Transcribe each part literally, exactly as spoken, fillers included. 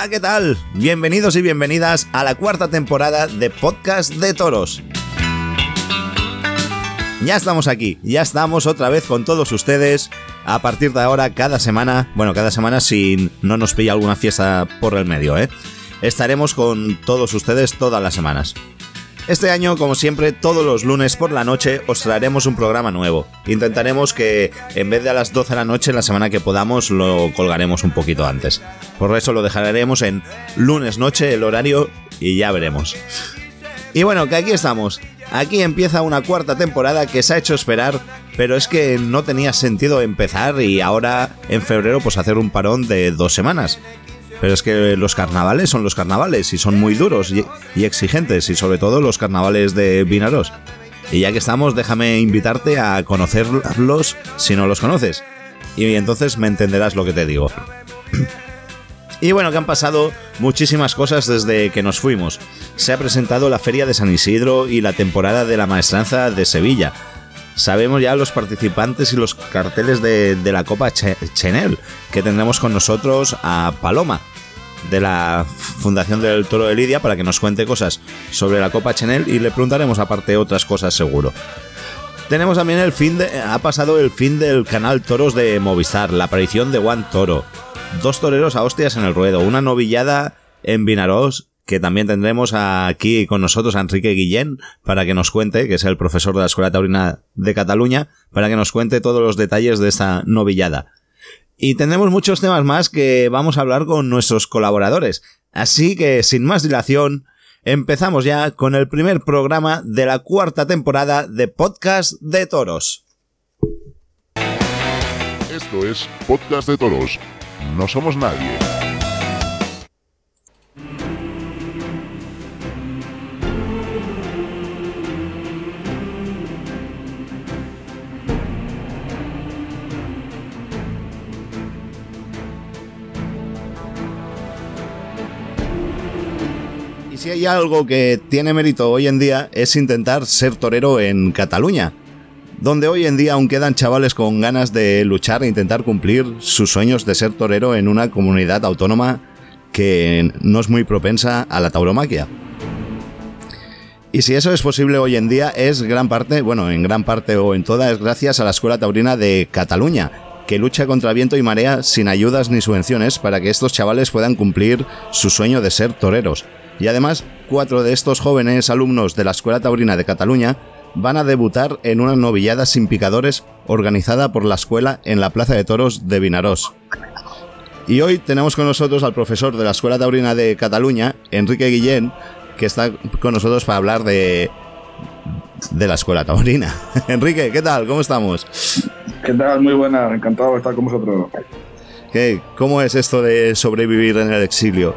Hola, ¿qué tal? Bienvenidos y bienvenidas a la cuarta temporada de Podcast de Toros. Ya estamos aquí, ya estamos otra vez con todos ustedes. A partir de ahora, cada semana, bueno, cada semana si no nos pilla alguna fiesta por el medio, ¿eh? Estaremos con todos ustedes todas las semanas. Este año, como siempre, todos los lunes por la noche os traeremos un programa nuevo. Intentaremos que en vez de a las doce de la noche, la semana que podamos, lo colgaremos un poquito antes. Por eso lo dejaremos en lunes noche, el horario, y ya veremos. Y bueno, que aquí estamos. Aquí empieza una cuarta temporada que se ha hecho esperar, pero es que no tenía sentido empezar y ahora en febrero pues hacer un parón de dos semanas. Pero es que los carnavales son los carnavales y son muy duros y, y exigentes, y sobre todo los carnavales de Vinaròs. Y ya que estamos, déjame invitarte a conocerlos si no los conoces. Y entonces me entenderás lo que te digo. Y bueno, que han pasado muchísimas cosas desde que nos fuimos. Se ha presentado la Feria de San Isidro y la temporada de la Maestranza de Sevilla. Sabemos ya los participantes y los carteles de, de la Copa Ch- Chenel, que tendremos con nosotros a Paloma, de la Fundación del Toro de Lidia, para que nos cuente cosas sobre la Copa Chenel, y le preguntaremos aparte otras cosas seguro. Tenemos también el fin de... Ha pasado el fin del canal Toros de Movistar, la aparición de Juan Toro, dos toreros a hostias en el ruedo, una novillada en Vinaròs, que también tendremos aquí con nosotros a Enrique Guillén para que nos cuente, que es el profesor de la Escuela Taurina de Cataluña, para que nos cuente todos los detalles de esta novillada. Y tendremos muchos temas más que vamos a hablar con nuestros colaboradores. Así que, sin más dilación, empezamos ya con el primer programa de la cuarta temporada de Podcast de Toros. Esto es Podcast de Toros. No somos nadie. Y si hay algo que tiene mérito hoy en día es intentar ser torero en Cataluña, donde hoy en día aún quedan chavales con ganas de luchar e intentar cumplir sus sueños de ser torero en una comunidad autónoma que no es muy propensa a la tauromaquia. Y si eso es posible hoy en día es gran parte, bueno, en gran parte o en toda, es gracias a la Escuela Taurina de Cataluña, que lucha contra viento y marea sin ayudas ni subvenciones para que estos chavales puedan cumplir su sueño de ser toreros. Y además, cuatro de estos jóvenes alumnos de la Escuela Taurina de Cataluña van a debutar en una novillada sin picadores organizada por la escuela en la Plaza de Toros de Vinaròs. Y hoy tenemos con nosotros al profesor de la Escuela Taurina de Cataluña, Enrique Guillén, que está con nosotros para hablar de, de la Escuela Taurina. Enrique, ¿qué tal? ¿Cómo estamos? ¿Qué tal? Muy buena, encantado de estar con vosotros. ¿Qué? ¿Cómo es esto de sobrevivir en el exilio?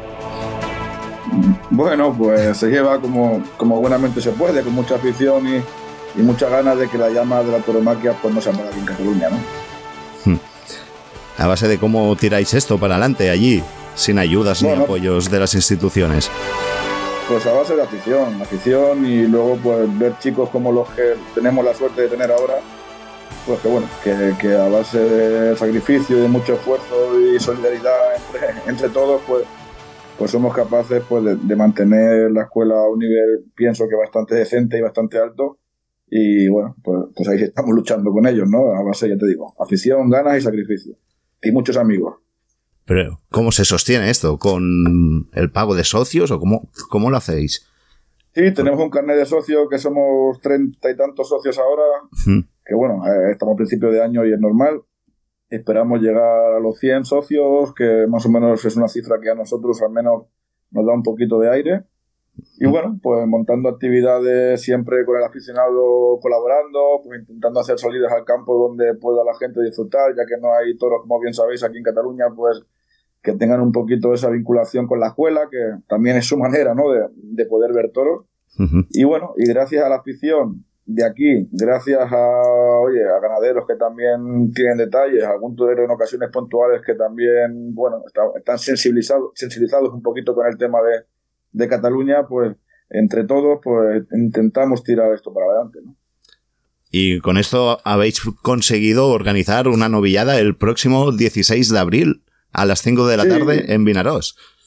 Bueno, pues se lleva como, como buenamente se puede, con mucha afición y, y muchas ganas de que la llama de la tauromaquia pues no se apague aquí en Cataluña, ¿no? A base de cómo tiráis esto para adelante allí, sin ayudas bueno, ni apoyos de las instituciones. Pues a base de afición, afición y luego pues ver chicos como los que tenemos la suerte de tener ahora, pues que bueno, que, que a base de sacrificio, de mucho esfuerzo y solidaridad entre, entre todos, pues pues somos capaces pues de, de mantener la escuela a un nivel, pienso que bastante decente y bastante alto, y bueno, pues, pues ahí estamos luchando con ellos, ¿no? A base, ya te digo, afición, ganas y sacrificio, y muchos amigos. Pero, ¿cómo se sostiene esto? ¿Con el pago de socios o cómo, cómo lo hacéis? Sí, tenemos un carnet de socios que somos treinta y tantos socios ahora, ¿Mm? que bueno, eh, estamos a principio de año y es normal. Esperamos llegar a los cien socios, que más o menos es una cifra que a nosotros al menos nos da un poquito de aire. Y bueno, pues montando actividades siempre con el aficionado colaborando, pues intentando hacer salidas al campo donde pueda la gente disfrutar, ya que no hay toros, como bien sabéis, aquí en Cataluña, pues que tengan un poquito esa vinculación con la escuela, que también es su manera, ¿no?, de, de poder ver toros. Uh-huh. Y bueno, y gracias a la afición de aquí, gracias a, oye, a ganaderos que también tienen detalles, a algún torero en ocasiones puntuales que también, bueno, está, están sensibilizados, sensibilizados un poquito con el tema de, de Cataluña, pues entre todos pues intentamos tirar esto para adelante, ¿no? Y con esto habéis conseguido organizar una novillada el próximo dieciséis de abril a las cinco de la sí. tarde en Vinaròs.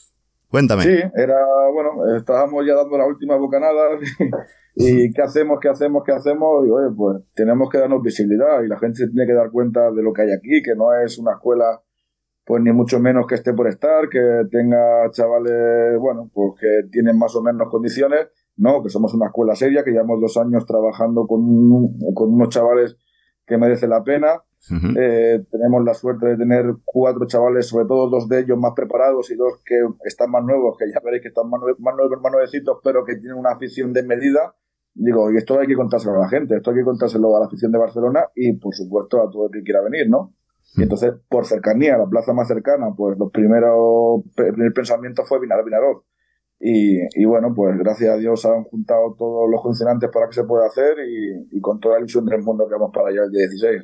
Cuéntame. Sí, era, bueno, estábamos ya dando las últimas bocanadas y, y ¿qué hacemos, qué hacemos, qué hacemos? Y oye, pues tenemos que darnos visibilidad y la gente se tiene que dar cuenta de lo que hay aquí, que no es una escuela, pues ni mucho menos que esté por estar, que tenga chavales, bueno, pues que tienen más o menos condiciones, no, que somos una escuela seria, que llevamos dos años trabajando con, con unos chavales que merecen la pena. Uh-huh. Eh, tenemos la suerte de tener cuatro chavales, sobre todo dos de ellos más preparados y dos que están más nuevos, que ya veréis que están más, nue- más, nuevos, más nuevecitos, pero que tienen una afición desmedida. Digo, y esto hay que contárselo a la gente, esto hay que contárselo a la afición de Barcelona y, por supuesto, a todo el que quiera venir, ¿no? Y entonces, por cercanía, la plaza más cercana, pues los primeros, el primer pensamiento fue Vinaroz, Vinaroz. Y, y bueno, pues gracias a Dios han juntado todos los condicionantes para que se pueda hacer y, y con toda la ilusión del mundo que vamos para allá el día dieciséis.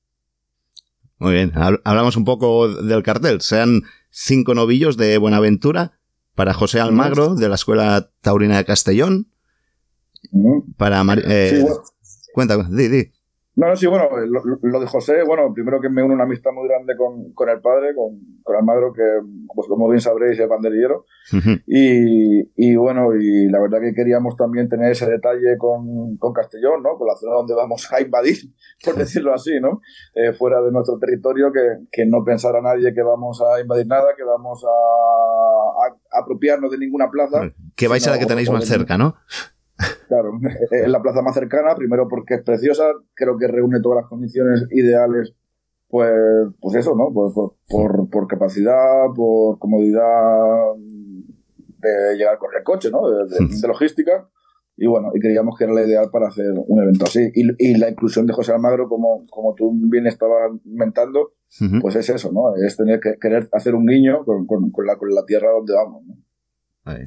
Muy bien, hablamos un poco del cartel. Sean cinco novillos de Buenaventura para José Almagro, de la Escuela Taurina de Castellón. Uh-huh. Para Mar- eh, sí, bueno. Cuéntame, di, di. No, no, sí, bueno, lo, lo de José, bueno, primero que me une una amistad muy grande con, con el padre, con, con Almagro, que, pues como bien sabréis, es banderillero. Uh-huh. Y, y bueno, y la verdad que queríamos también tener ese detalle con, con Castellón, ¿no? Con la zona donde vamos a invadir, por decirlo así, ¿no? Eh, fuera de nuestro territorio, que, que no pensara nadie que vamos a invadir nada, que vamos a, a apropiarnos de ninguna plaza. Que vais sino, a la que tenéis más cerca, ¿no? Claro, es la plaza más cercana, primero porque es preciosa, creo que reúne todas las condiciones ideales, pues, pues eso, ¿no? Por, por, por, por capacidad, por comodidad de llegar con el coche, ¿no? De, de, de logística. Y bueno, y creíamos que era la ideal para hacer un evento así. Y, y la inclusión de José Almagro, como, como tú bien estabas comentando, uh-huh. pues es eso, ¿no? Es tener que querer hacer un guiño con, con, con, la, con la tierra donde vamos, ¿no? Ahí.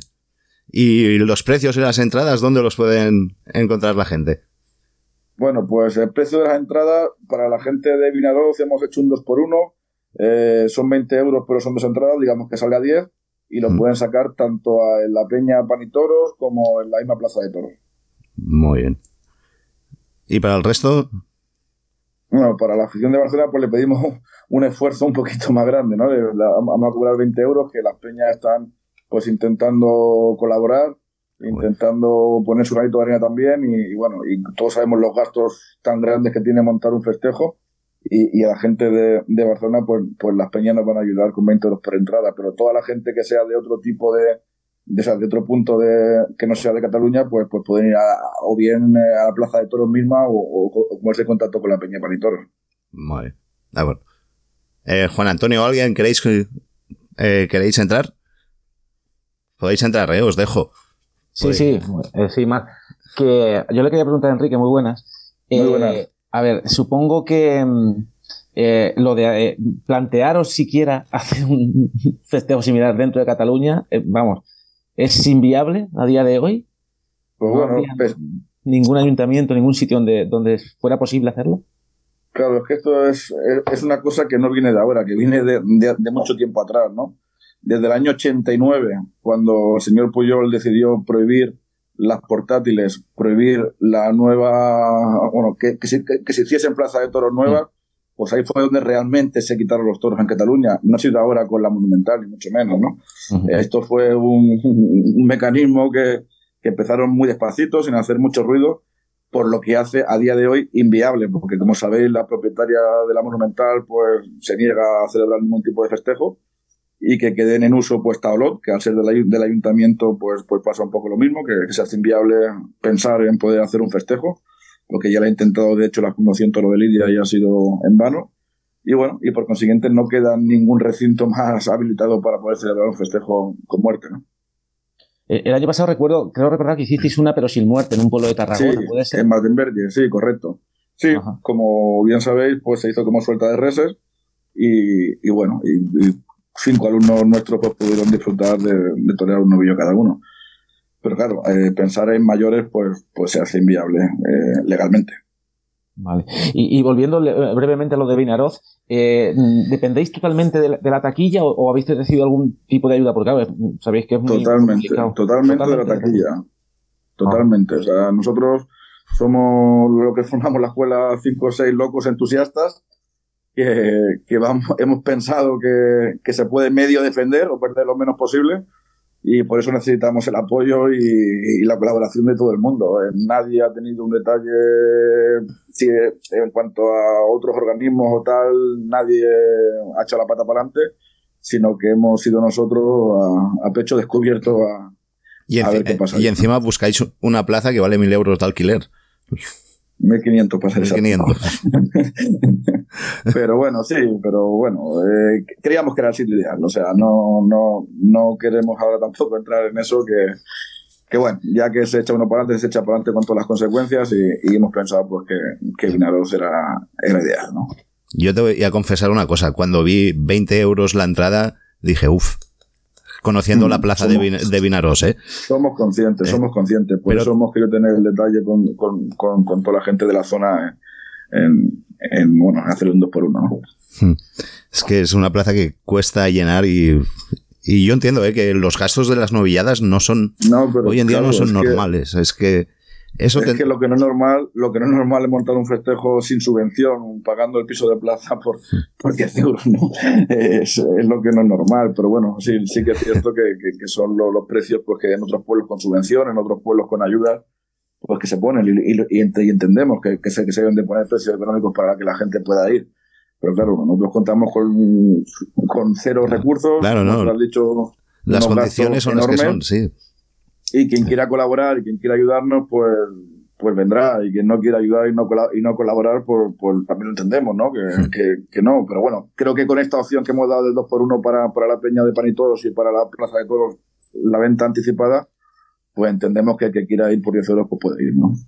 ¿Y los precios y las entradas, dónde los pueden encontrar la gente? Bueno, pues el precio de las entradas, para la gente de Vinaroz hemos hecho un dos por uno, eh, son veinte euros, pero son dos entradas, digamos que sale a diez, y lo mm. pueden sacar tanto en la Peña Pan y Toros como en la misma Plaza de Toros. Muy bien. ¿Y para el resto? Bueno, para la afición de Barcelona pues le pedimos un esfuerzo un poquito más grande, ¿no? Vamos a cobrar veinte euros, que las peñas están pues intentando colaborar, intentando poner su granito de arena también y, y bueno, y todos sabemos los gastos tan grandes que tiene montar un festejo y, y a la gente de, de Barcelona pues, pues las peñas nos van a ayudar con veinte euros por entrada, pero toda la gente que sea de otro tipo de, de, o sea, de otro punto de que no sea de Cataluña pues, pues pueden ir a, o bien a la Plaza de Toros misma o, o, o ponerse en contacto con la Peña Pan y Toros. Muy bien. Ah, bueno. eh, Juan Antonio, ¿alguien queréis, eh, queréis entrar? Podéis entrar, ¿eh? Os dejo. Sí, Podéis. sí, eh, sí, más. Que yo le quería preguntar a Enrique, muy buenas. Muy buenas. Eh, a ver, supongo que eh, lo de eh, plantearos siquiera hacer un festejo similar dentro de Cataluña, eh, vamos, ¿es inviable a día de hoy? Pues ¿No bueno, pues, ningún ayuntamiento, ningún sitio donde, donde fuera posible hacerlo? Claro, es que esto es, es, es una cosa que no viene de ahora, que viene de, de, de mucho tiempo atrás, ¿no? Desde el año ochenta y nueve, cuando el señor Pujol decidió prohibir las portátiles, prohibir la nueva, bueno, que, que, se, que, que se hiciesen plaza de toros nuevas, pues ahí fue donde realmente se quitaron los toros en Cataluña. No ha sido ahora con la Monumental, ni mucho menos, ¿no? Uh-huh. Esto fue un, un mecanismo que, que empezaron muy despacito, sin hacer mucho ruido, por lo que hace a día de hoy inviable, porque como sabéis, la propietaria de la Monumental pues se niega a celebrar ningún tipo de festejo, y que queden en uso pues Taolot, que al ser del, del ayuntamiento pues, pues pasa un poco lo mismo, que, que se hace inviable pensar en poder hacer un festejo, lo que ya lo ha intentado de hecho la Fundación Toro de Lidia y ha sido en vano, y bueno, y por consiguiente no queda ningún recinto más habilitado para poder celebrar un festejo con muerte, ¿no? El año pasado recuerdo, creo recordar que hicisteis una pero sin muerte en un pueblo de Tarragona, sí, ¿puede ser? En Matenverge, sí, correcto. Sí, ajá. Como bien sabéis, pues se hizo como suelta de reses y, y bueno, y, y cinco alumnos nuestros pues pudieron disfrutar de, de torear un novillo cada uno. Pero claro, eh, pensar en mayores pues, pues se hace inviable eh, legalmente. Vale. Y, y volviendo brevemente a lo de Vinaroz, eh, ¿dependéis totalmente de la, de la taquilla o, o habéis recibido algún tipo de ayuda? Porque claro, sabéis que es muy totalmente, complicado. Totalmente, totalmente de la taquilla. Totalmente. Ah. O sea, nosotros somos lo que formamos la escuela cinco o seis locos entusiastas que, que vamos, hemos pensado que, que se puede medio defender o perder lo menos posible y por eso necesitamos el apoyo y, y la colaboración de todo el mundo. Nadie ha tenido un detalle, si en cuanto a otros organismos o tal, nadie ha echado la pata para adelante, sino que hemos sido nosotros a, a pecho descubierto a, y a ver qué pasa. Y encima buscáis una plaza que vale mil euros de alquiler. mil quinientos para ser mil quinientos. Pero bueno, sí, pero bueno, eh, creíamos que era el sitio ideal. O sea, no, no, no queremos ahora tampoco entrar en eso que, que bueno, ya que se echa uno para adelante, se echa para adelante con todas las consecuencias y, y hemos pensado pues que, que Vinaroz era, era ideal, ¿no? Yo te voy a confesar una cosa. Cuando vi veinte euros la entrada, dije, uff, conociendo mm, la plaza somos, de, Vin- de Vinaroz, ¿eh? Somos conscientes, eh, somos conscientes. Por pero, eso hemos querido tener el detalle con, con, con, con toda la gente de la zona en, en bueno, hacer un dos por uno, ¿no? Es que es una plaza que cuesta llenar y... Y yo entiendo, ¿eh? Que los gastos de las novilladas no son... No, pero, hoy en día claro, no son es normales. Que, es que... Eso es te... que lo que no es normal, lo que no es normal es montar un festejo sin subvención, pagando el piso de plaza por, por diez euros, ¿no? Es, es lo que no es normal, pero bueno, sí, sí que es cierto que, que, que son los, los precios pues que en otros pueblos con subvención, en otros pueblos con ayuda, pues que se ponen y, y, y entendemos que, que, se, que se deben de poner precios económicos para que la gente pueda ir. Pero claro, nosotros contamos con, con cero claro, recursos, claro, no. Has dicho, las condiciones son enormes, las que son, sí. Y quien quiera colaborar y quien quiera ayudarnos, pues pues vendrá. Y quien no quiera ayudar y no, y no colaborar, pues, pues también lo entendemos, ¿no? Que, sí. que, que no. Pero bueno, creo que con esta opción que hemos dado del dos por uno para, para la Peña de Pan y Toros y para la Plaza de Toros, la venta anticipada, pues entendemos que el que quiera ir por diez euros, pues puede ir, ¿no?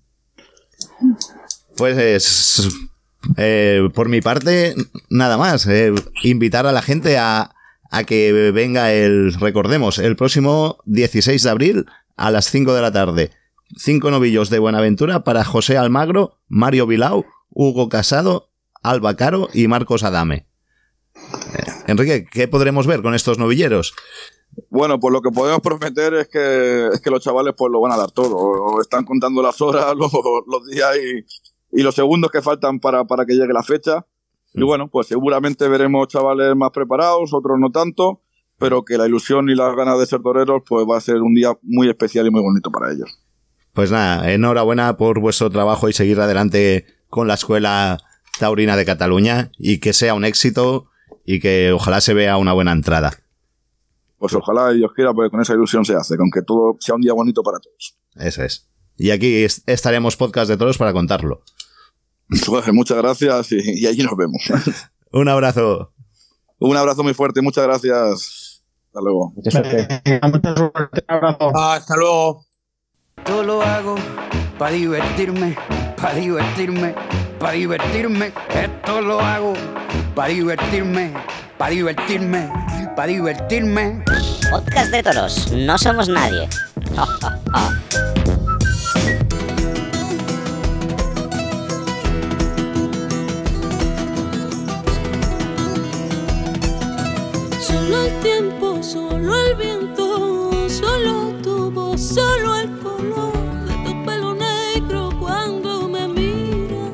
Pues es, eh, por mi parte, nada más. Eh, invitar a la gente a, a que venga el, recordemos, el próximo dieciséis de abril a las cinco de la tarde. Cinco novillos de Buenaventura para José Almagro, Mario Vilau, Hugo Casado, Alba Caro y Marcos Adame. Eh, Enrique, ¿qué podremos ver con estos novilleros? Bueno, pues lo que podemos prometer es que, es que los chavales pues lo van a dar todo. O están contando las horas, los, los días y, y los segundos que faltan para, para que llegue la fecha. Y bueno, pues seguramente veremos chavales más preparados, otros no tanto, pero que la ilusión y las ganas de ser toreros pues va a ser un día muy especial y muy bonito para ellos. Pues nada, enhorabuena por vuestro trabajo y seguir adelante con la Escuela Taurina de Cataluña y que sea un éxito y que ojalá se vea una buena entrada. Pues ojalá Dios quiera, porque con esa ilusión se hace, con que todo sea un día bonito para todos. Eso es. Y aquí est- estaremos Podcast de Toros para contarlo. Pues muchas gracias y, y allí nos vemos. Un abrazo. Un abrazo muy fuerte, muchas gracias. Hasta luego. Mucha suerte. Mucha suerte. Un abrazo. Hasta luego. Yo lo hago para divertirme, para divertirme, para divertirme. Esto lo hago para divertirme, para divertirme, para divertirme. Podcast de Toros, no somos nadie. Solo el tiempo, solo el viento, solo tu voz, solo el color de tu pelo negro cuando me miras.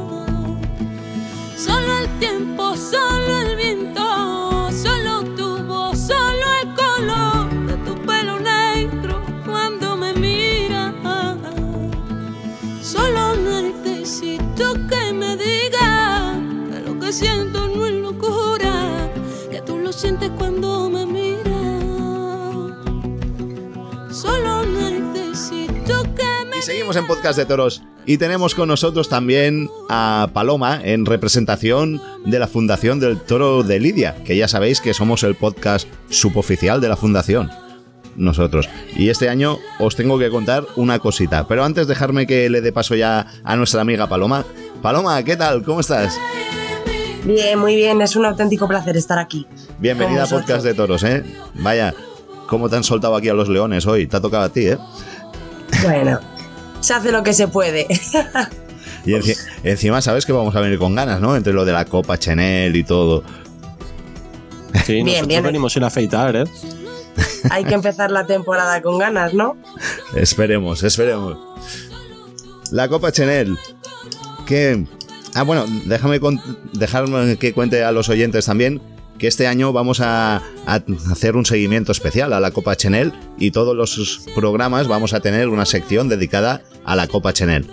Solo el tiempo, solo el viento, solo tu voz, solo el color de tu pelo negro cuando me miras. Solo necesito que me digas que lo que siento no es locura, que tú lo sientes cuando me miras. Solo necesito que me... Y seguimos en Podcast de Toros y tenemos con nosotros también a Paloma en representación de la Fundación del Toro de Lidia, que ya sabéis que somos el podcast suboficial de la Fundación, nosotros. Y este año os tengo que contar una cosita, pero antes dejarme que le dé paso ya a nuestra amiga Paloma. Paloma, ¿qué tal? ¿Cómo estás? Bien, muy bien, es un auténtico placer estar aquí. Bienvenida a Podcast de Toros, ¿eh? Vaya, cómo te han soltado aquí a los leones hoy, te ha tocado a ti, ¿eh? Bueno, se hace lo que se puede. Y enci- encima sabes que vamos a venir con ganas, ¿no? Entre lo de la Copa Chenel y todo. Sí, bien, nosotros bien. Venimos sin afeitar, ¿eh? Hay que empezar la temporada con ganas, ¿no? Esperemos, esperemos. La Copa Chenel, que... Ah, bueno, déjame con... dejarme que cuente a los oyentes también que este año vamos a, a hacer un seguimiento especial a la Copa Chenel y todos los programas vamos a tener una sección dedicada a la Copa Chenel.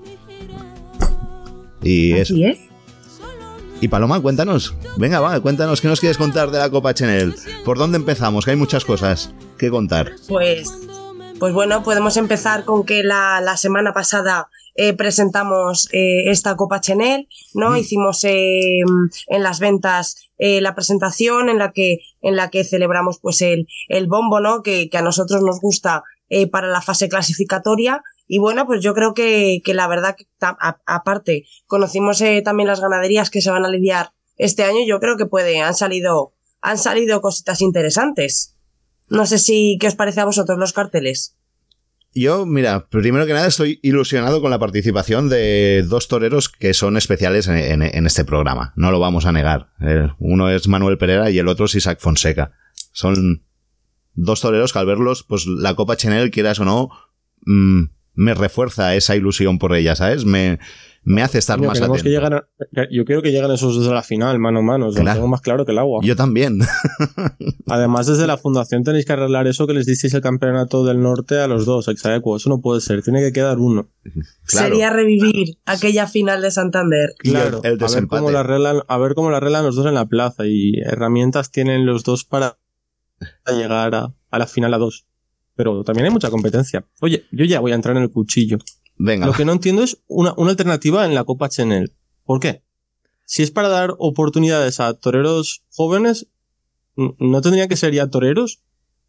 Y eso. Así es. Y Paloma, cuéntanos, venga, va, cuéntanos qué nos quieres contar de la Copa Chenel. ¿Por dónde empezamos? Que hay muchas cosas que contar. Pues, pues bueno, podemos empezar con que la, la semana pasada eh, presentamos eh, esta Copa Chenel, ¿no? Mm. Hicimos eh, en las ventas eh, la presentación en la que en la que celebramos pues el, el bombo, ¿no? Que, que a nosotros nos gusta eh, para la fase clasificatoria. Y bueno, pues yo creo que, que la verdad que ta, a, aparte conocimos eh, también las ganaderías que se van a lidiar este año. Yo creo que puede, han salido, han salido cositas interesantes. No sé si, ¿qué os parece a vosotros los carteles? Yo, mira, primero que nada estoy ilusionado con la participación de dos toreros que son especiales en, en, en este programa. No lo vamos a negar. Eh, uno es Manuel Pereira y el otro es Isaac Fonseca. Son dos toreros que al verlos, pues la Copa Chenel, quieras o no, mmm, me refuerza esa ilusión por ella, ¿sabes? Me, me hace estar yo más atento. Que llegan a, yo quiero que lleguen esos dos a la final, mano a mano. O sea, claro. Lo tengo más claro que el agua. Yo también. Además, desde la fundación tenéis que arreglar eso que les disteis el campeonato del norte a los dos, Exaequo. Eso no puede ser, tiene que quedar uno. Claro. Sería revivir aquella final de Santander. Claro, el, el a, ver cómo la arreglan, a ver cómo la arreglan los dos en la plaza y herramientas tienen los dos para llegar a, a la final a dos. Pero también hay mucha competencia. Oye, yo ya voy a entrar en el cuchillo. Venga. Lo que no entiendo es una, una alternativa en la Copa Chenel. ¿Por qué? Si es para dar oportunidades a toreros jóvenes, ¿no tendrían que ser ya toreros?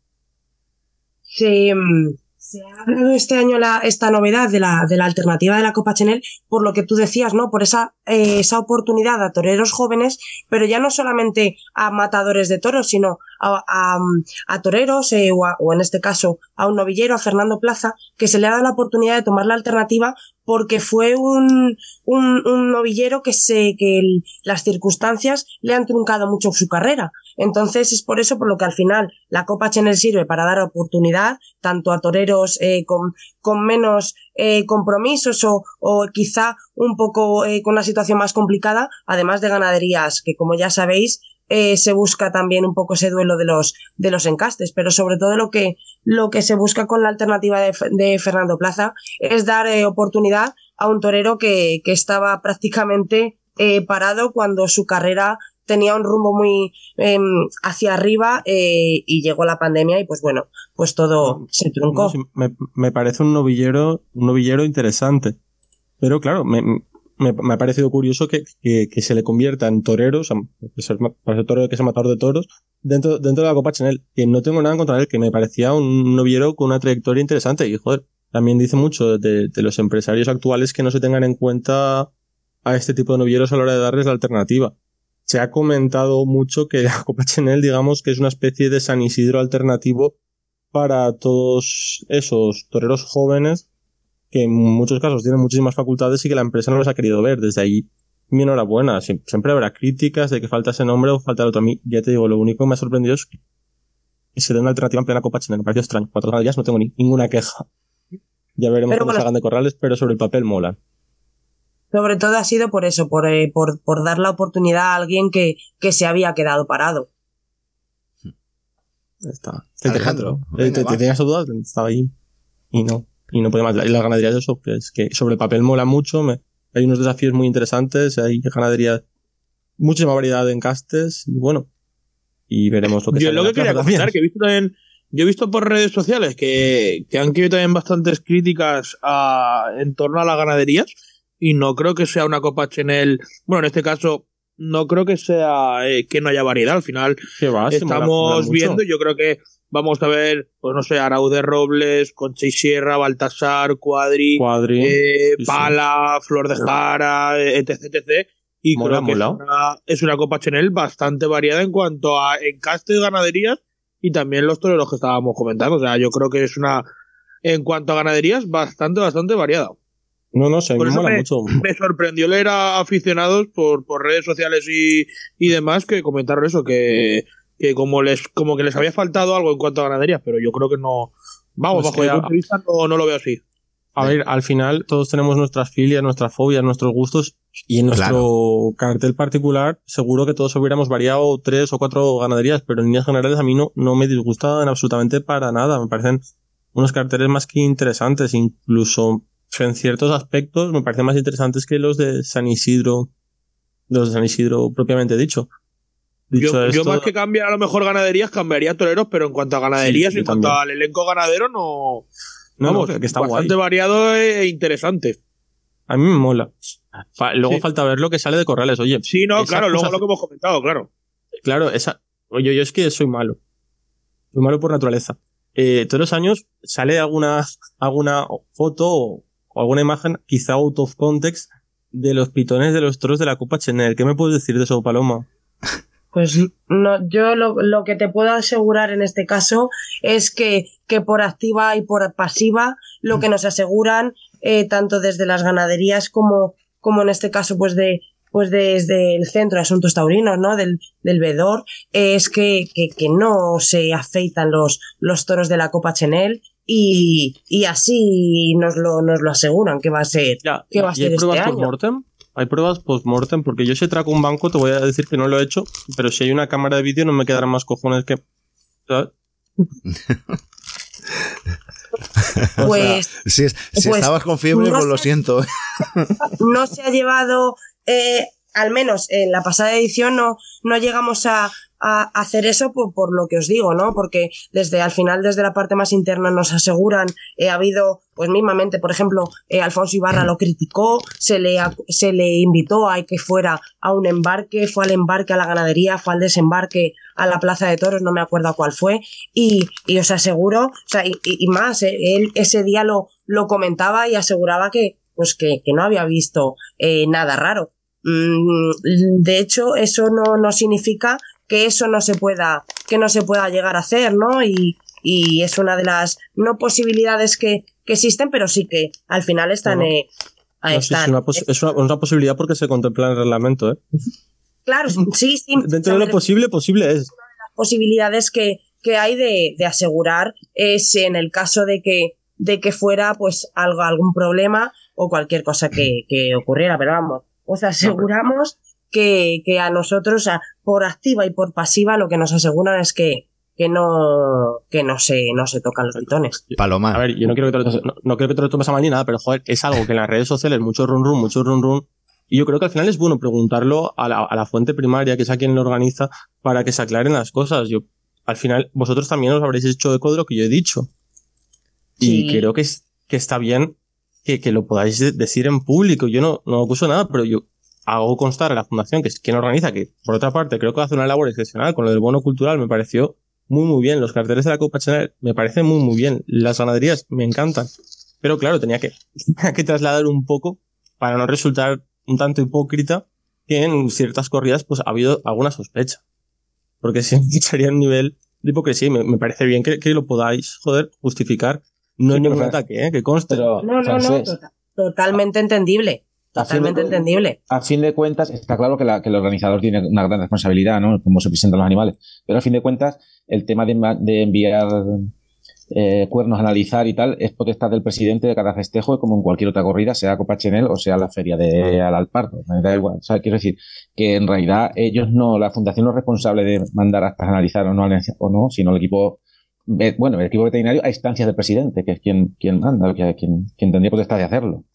Sí. Se ha hablado este año la, esta novedad de la, de la alternativa de la Copa Chenel, por lo que tú decías, ¿no? Por esa, eh, esa oportunidad a toreros jóvenes, pero ya no solamente a matadores de toros, sino a, a, a toreros, eh, o, a, o en este caso a un novillero, a Fernando Plaza, que se le ha dado la oportunidad de tomar la alternativa porque fue un, un, un novillero que se, que el, las circunstancias le han truncado mucho su carrera. Entonces es por eso por lo que al final la Copa Chenel sirve para dar oportunidad tanto a toreros eh, con, con menos eh, compromisos o, o quizá un poco eh, con una situación más complicada, además de ganaderías que, como ya sabéis, eh, se busca también un poco ese duelo de los de los encastes, pero sobre todo lo que lo que se busca con la alternativa de, de Fernando Plaza es dar eh, oportunidad a un torero que, que estaba prácticamente eh, parado cuando su carrera tenía un rumbo muy eh, hacia arriba eh, y llegó la pandemia y pues bueno, pues todo no, se truncó. No, sí, me, me parece un novillero, un novillero interesante, pero claro, me, me, me ha parecido curioso que, que, que se le convierta en torero, o sea, para ser torero que es matador de toros, dentro, dentro de la Copa Chenel, que no tengo nada en contra de él, que me parecía un novillero con una trayectoria interesante y joder, también dice mucho de, de los empresarios actuales que no se tengan en cuenta a este tipo de novilleros a la hora de darles la alternativa. Se ha comentado mucho que la Copa Chenel, digamos, que es una especie de San Isidro alternativo para todos esos toreros jóvenes que en muchos casos tienen muchísimas facultades y que la empresa no los ha querido ver. Desde ahí, mi enhorabuena. Siempre habrá críticas de que falta ese nombre o falta el otro. A mí, ya te digo, lo único que me ha sorprendido es que se dé una alternativa en plena Copa Chenel. Me pareció extraño. Cuatro ganaderías no tengo ni, ninguna queja. Ya veremos pero cómo bueno, se hagan de corrales, pero sobre el papel mola. Sobre todo ha sido por eso, por, eh, por, por dar la oportunidad a alguien que, que se había quedado parado. Está. Alejandro, te, te, te tenías dudas, estaba ahí y no, y no podía más. Y las ganaderías de eso, es que sobre el papel mola mucho, me, hay unos desafíos muy interesantes, hay ganaderías, muchísima variedad de encastes, y bueno, y veremos lo que Yo lo que quería comentar, que he visto también, yo he visto por redes sociales que, que han querido también bastantes críticas a, en torno a las ganaderías. Y no creo que sea una Copa Chenel. Bueno, en este caso, no creo que sea eh, que no haya variedad. Al final, va, estamos mola, mola viendo. Yo creo que vamos a ver, pues no sé, Arauz de Robles, Concha y Sierra, Baltasar, Cuadri, Cuadri eh, sí, Pala, sí. Flor de Jara, etc, etcétera. Y mola, creo que mola. Es, una, es una Copa Chenel bastante variada en cuanto a encastes, ganaderías y también los toreros que estábamos comentando. O sea, yo creo que es una, en cuanto a ganaderías, bastante, bastante variada. No, no, se me mola me, mucho. Me sorprendió leer a aficionados por, por redes sociales y, y demás que comentaron eso, que, que como les como que les había faltado algo en cuanto a ganaderías, pero yo creo que no. Vamos, pues bajo mi punto de vista no, no lo veo así. A ver, al final todos tenemos nuestras filias, nuestras fobias, nuestros gustos, y en nuestro claro. cartel particular seguro que todos hubiéramos variado tres o cuatro ganaderías, pero en líneas generales a mí no, no me disgustan absolutamente para nada. Me parecen unos carteles más que interesantes, incluso en ciertos aspectos me parecen más interesantes que los de San Isidro, los de San Isidro propiamente dicho. dicho yo, esto, yo más que cambiar a lo mejor ganaderías, cambiaría toreros, pero en cuanto a ganaderías, sí, en cuanto también. al elenco ganadero, no... No, Vamos, no, que está bastante guay. variado e interesante. A mí me mola. Fa- luego Sí. falta ver lo que sale de Corrales. Oye, Sí, no, esa claro, luego cosa- lo que hemos comentado, claro. Claro, esa. Oye, yo es que soy malo. Soy malo por naturaleza. Eh, todos los años sale alguna, alguna foto o, o alguna imagen, quizá out of context, de los pitones de los toros de la Copa Chenel. ¿Qué me puedes decir de eso, Paloma? Pues no, yo lo, lo que te puedo asegurar en este caso es que, que por activa y por pasiva lo que nos aseguran eh, tanto desde las ganaderías como, como en este caso pues de pues desde el Centro de Asuntos Taurinos, ¿no? Del, del Vedor, eh, es que, que, que no se afeitan los, los toros de la Copa Chenel y, y así nos lo, nos lo aseguran que va a ser, Ya, que va a ¿y ser hay este pruebas año. post-mortem? ¿Hay pruebas post-mortem? Porque yo si traco un banco te voy a decir que no lo he hecho, pero si hay una cámara de vídeo no me quedarán más cojones que... ¿sabes? Pues, Si, es- si pues, estabas con fiebre, no pues lo sé. siento. No se ha llevado, eh, al menos en la pasada edición no, no llegamos a, a hacer eso por, por lo que os digo, ¿no? Porque desde al final, desde la parte más interna nos aseguran, eh, ha habido, pues mismamente, por ejemplo, eh, Alfonso Ibarra lo criticó, se le, ac- se le invitó a que fuera a un embarque, fue al embarque a la ganadería, fue al desembarque a la Plaza de Toros, no me acuerdo a cuál fue, y, y os aseguro, o sea, y, y- y más, eh, él ese día lo, lo comentaba y aseguraba que, pues que, que no había visto eh, nada raro. Mm, De hecho, eso no, no significa que eso no se pueda, que no se pueda llegar a hacer, ¿no? Y, y es una de las no posibilidades que, que existen, pero sí que al final están, No, no. eh, ahí No, sí, están. es, una pos- es una, una posibilidad porque se contempla en el reglamento, ¿eh? Claro, sí, sí. Dentro de lo posible, posible es. Posibilidades que, que hay de, de asegurar eh, si en el caso de que, de que fuera pues algo, algún problema o cualquier cosa que, que ocurriera, pero vamos, os aseguramos que, que a nosotros, a- por activa y por pasiva, lo que nos aseguran es que, que no, que no se, no se tocan los pitones. Paloma. A ver, yo no quiero que te lo, no, no quiero que te lo tomes a mal ni nada, pero joder, es algo que en las redes sociales mucho run run, mucho run run, y yo creo que al final es bueno preguntarlo a la, a la fuente primaria, que es a quien lo organiza, para que se aclaren las cosas. Yo, al final, vosotros también os habréis hecho eco de lo que yo he dicho. Y Sí. creo que, es, que está bien que, que lo podáis de- decir en público. Yo no, no acuso nada, pero yo hago constar a la fundación, que es quien organiza, que por otra parte creo que hace una labor excepcional con lo del bono cultural, me pareció muy muy bien. Los carteles de la Copa Chanel me parecen muy muy bien. Las ganaderías me encantan. Pero claro, tenía que, tenía que trasladar un poco para no resultar un tanto hipócrita que en ciertas corridas pues ha habido alguna sospecha. Porque si sería un nivel de hipocresía y me, me parece bien que, que lo podáis, joder, justificar. No Sí, es pero ningún Fran- ataque, ¿eh? Que conste. Pero, No, no, no, Francés, tota- totalmente entendible. a fin de Totalmente cuen- entendible. A fin de cuentas, está claro que, la, que el organizador tiene una gran responsabilidad, ¿no? Cómo se presentan los animales. Pero a fin de cuentas, el tema de, enva- de enviar eh, cuernos a analizar y tal es potestad del presidente de cada festejo, como en cualquier otra corrida, sea Copa Chenel o sea la feria de Alalpardo. Me da igual. O sea, quiero decir que en realidad ellos no, la fundación no es responsable de mandar hasta analizar o no, o no, sino el equipo, ve- bueno, el equipo veterinario a instancias del presidente, que es quien, quien manda, que- quien, quien tendría potestad de hacerlo.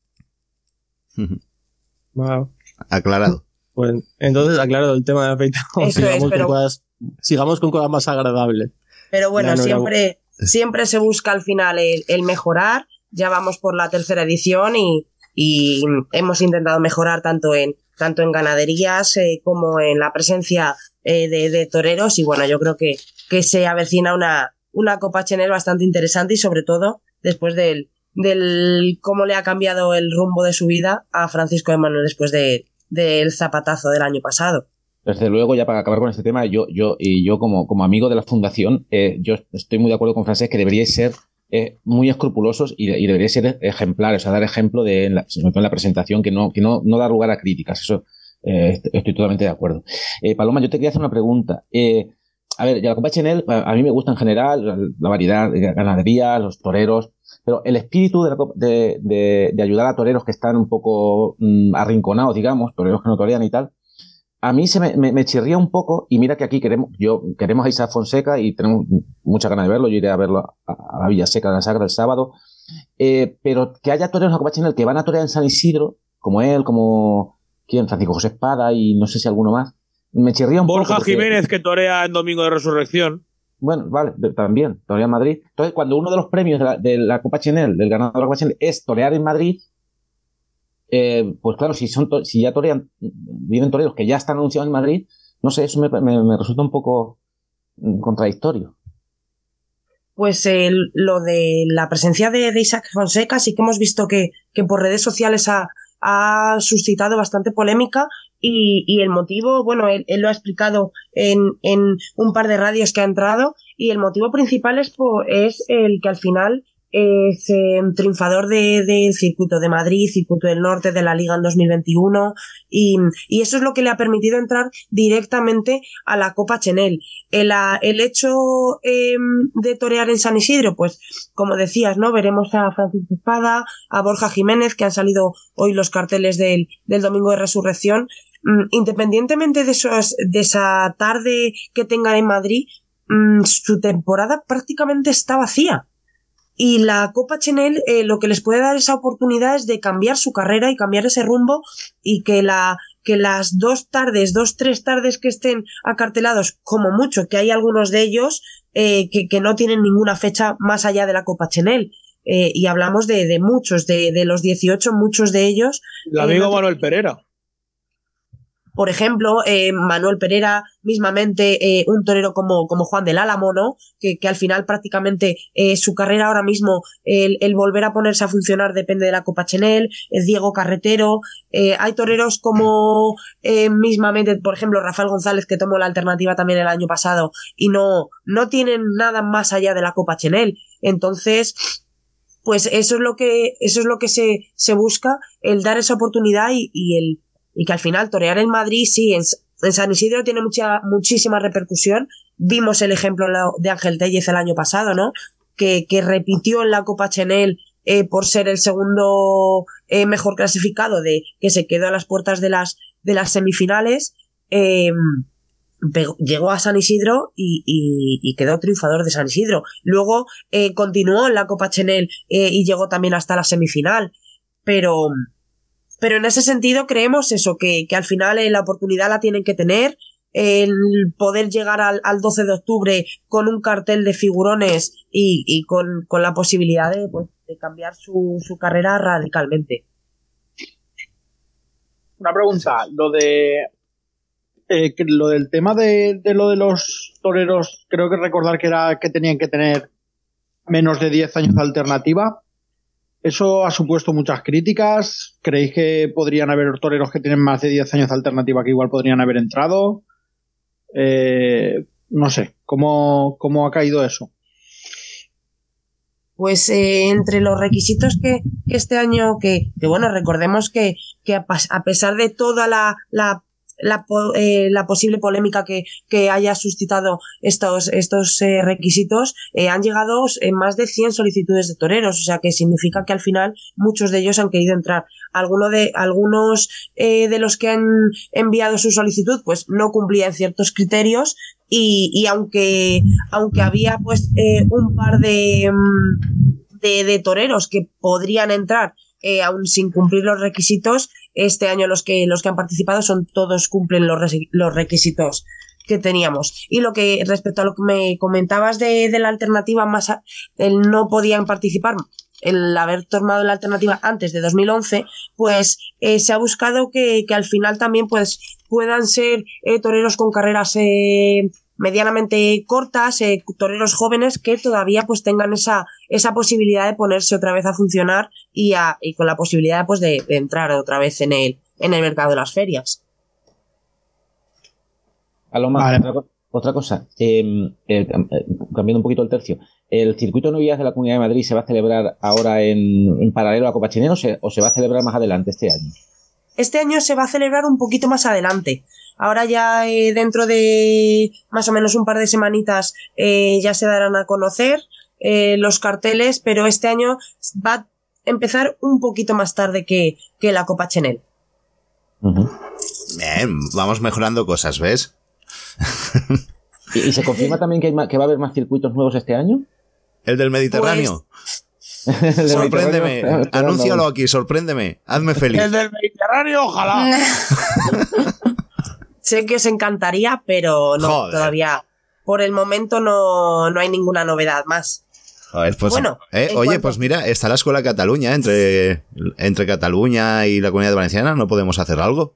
Wow. Aclarado. Pues entonces, aclarado el tema de afeitar. Eso es, sigamos, pero- con cosas, sigamos con cosas más agradables. Pero bueno, Ya no era- siempre, siempre se busca al final el, el mejorar. Ya vamos por la tercera edición y, y hemos intentado mejorar tanto en, tanto en ganaderías eh, como en la presencia eh, de, de toreros. Y bueno, yo creo que, que se avecina una, una Copa Chenel bastante interesante y sobre todo después del, del cómo le ha cambiado el rumbo de su vida a Francisco de Manuel después de, del zapatazo del año pasado. Desde luego, ya para acabar con este tema, yo, yo, y yo como, como amigo de la fundación, eh, yo estoy muy de acuerdo con Francés que deberíais ser eh, muy escrupulosos y, de- y deberíais ser ejemplares, o sea, dar ejemplo de, en la, sobre todo en la presentación, que no, que no, no da lugar a críticas. Eso eh, est- estoy totalmente de acuerdo. Eh, Paloma, yo te quería hacer una pregunta. Eh, a ver, ya la Copa Chenel, a, a mí me gusta en general la, la variedad, la ganadería, los toreros, pero el espíritu de, la, de, de, de ayudar a toreros que están un poco mmm, arrinconados, digamos, toreros que no torean y tal, a mí se me, me, me chirría un poco, y mira que aquí queremos, yo queremos a Isaac Fonseca y tenemos muchas ganas de verlo, yo iré a verlo a, a la Villaseca de la Sagra el sábado, eh, pero que haya toreros en la Copa Chenel que van a torear en San Isidro, como él, como ¿quién? Francisco José Espada y no sé si alguno más, me chirría un Borja poco. Borja Jiménez, que torea en Domingo de Resurrección. Bueno, vale, también, torear en Madrid. Entonces, cuando uno de los premios de la, de la Copa Chenel, del ganador de la Copa Chenel, es torear en Madrid, Eh, pues claro, si son to- si ya torean, viven toreros que ya están anunciados en Madrid, no sé, eso me, me, me resulta un poco contradictorio. Pues eh, lo de la presencia de, de Isaac Fonseca sí que hemos visto que, que por redes sociales ha, ha suscitado bastante polémica y, y el motivo, bueno, él, él lo ha explicado en, en un par de radios que ha entrado y el motivo principal es, por, es el que al final es eh, triunfador del de circuito de Madrid, circuito del norte de la Liga en dos mil veintiuno y, y eso es lo que le ha permitido entrar directamente a la Copa Chenel. El, el hecho eh, de torear en San Isidro, pues como decías, ¿no? Veremos a Francisco Espada, a Borja Jiménez, que han salido hoy los carteles del, del Domingo de Resurrección. Mm, independientemente de, esos, de esa tarde que tengan en Madrid, mm, su temporada prácticamente está vacía. Y la Copa Chenel eh, lo que les puede dar esa oportunidad es de cambiar su carrera y cambiar ese rumbo y que la que las dos tardes, dos, tres tardes que estén acartelados, como mucho, que hay algunos de ellos eh, que, que no tienen ninguna fecha más allá de la Copa Chenel. Eh, y hablamos de, de muchos, de, de los dieciocho, muchos de ellos. El amigo eh, no Manuel Pereira. Por ejemplo, eh, Manuel Pereira, mismamente eh, un torero como, como Juan del Álamo, ¿no? Que, que al final prácticamente eh, su carrera ahora mismo, el, el volver a ponerse a funcionar depende de la Copa Chenel, es Diego Carretero, eh, hay toreros como eh, mismamente, por ejemplo, Rafael González, que tomó la alternativa también el año pasado y no, no tienen nada más allá de la Copa Chenel. Entonces, pues eso es lo que, eso es lo que se, se busca, el dar esa oportunidad y, y el y que al final torear en Madrid, sí, en, en San Isidro tiene mucha muchísima repercusión. Vimos el ejemplo de Ángel Tellez el año pasado, ¿no? Que, que repitió en la Copa Chenel eh, por ser el segundo eh, mejor clasificado, de que se quedó a las puertas de las, de las semifinales. Eh, llegó a San Isidro y, y, y quedó triunfador de San Isidro. Luego eh, continuó en la Copa Chenel eh, y llegó también hasta la semifinal. Pero... Pero en ese sentido creemos eso, que, que al final eh, la oportunidad la tienen que tener, el poder llegar al, al doce de octubre con un cartel de figurones y, y con, con la posibilidad de, pues, de cambiar su, su carrera radicalmente. Una pregunta, lo de eh, que lo del tema de, de lo de los toreros, creo que recordar que era que tenían que tener menos de diez años de alternativa. ¿Eso ha supuesto muchas críticas? ¿Creéis que podrían haber toreros que tienen más de diez años de alternativa que igual podrían haber entrado? Eh, no sé, ¿cómo, cómo ha caído eso? Pues eh, entre los requisitos que, que este año, que, que bueno, recordemos que, que a, a pesar de toda la, la La, eh, la posible polémica que, que haya suscitado estos, estos eh, requisitos, eh, han llegado en más de cien solicitudes de toreros, o sea que significa que al final muchos de ellos han querido entrar. Alguno de, algunos eh, de los que han enviado su solicitud pues no cumplían ciertos criterios y, y aunque, aunque había pues eh, un par de, de, de toreros que podrían entrar Eh, aún sin cumplir los requisitos, este año los que los que han participado son todos cumplen los, los requisitos que teníamos. Y lo que respecto a lo que me comentabas de, de la alternativa más a, el no podían participar, el haber tomado la alternativa antes de dos mil once, pues eh, se ha buscado que, que al final también pues puedan ser eh, toreros con carreras eh, medianamente cortas, eh, toreros jóvenes que todavía pues tengan esa esa posibilidad de ponerse otra vez a funcionar y, a, y con la posibilidad pues de, de entrar otra vez en el en el mercado de las ferias. Paloma, vale. otra, otra cosa, eh, eh, cambiando un poquito el tercio, ¿el circuito de novilladas de la Comunidad de Madrid se va a celebrar ahora en, en paralelo a Copa Chenel o se, o se va a celebrar más adelante este año? Este año se va a celebrar un poquito más adelante, Ahora ya eh, dentro de más o menos un par de semanitas eh, ya se darán a conocer eh, los carteles, pero este año va a empezar un poquito más tarde que, que la Copa Chenel. Uh-huh. Bien, vamos mejorando cosas, ¿ves? ¿Y, ¿Y se confirma también que, hay más, que va a haber más circuitos nuevos este año? ¿El del Mediterráneo? Pues... el sorpréndeme, Mediterráneo, anúncialo aquí, sorpréndeme, hazme feliz. El del Mediterráneo, ojalá. Sé que os encantaría, pero no, Joder. todavía por el momento no, no hay ninguna novedad más. Joder, pues, bueno, eh, oye, cuanto... pues mira, está la Escuela Cataluña, entre, entre Cataluña y la Comunidad Valenciana, ¿no podemos hacer algo?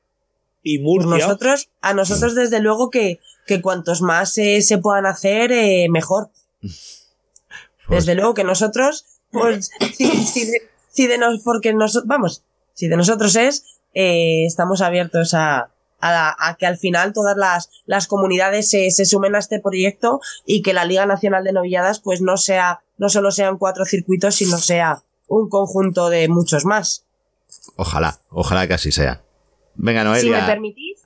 Y Murcia. Pues nosotros, a nosotros desde luego que, que cuantos más eh, se puedan hacer, eh, mejor. Pues... Desde luego que nosotros, pues, si, si, de, si de nos, porque nos, vamos, si de nosotros es, eh, estamos abiertos a, a, a que al final todas las, las comunidades se, se sumen a este proyecto y que la Liga Nacional de Novilladas, pues no sea, no solo sean cuatro circuitos, sino sea un conjunto de muchos más. Ojalá, ojalá que así sea. Venga, Noelia. Si me permitís,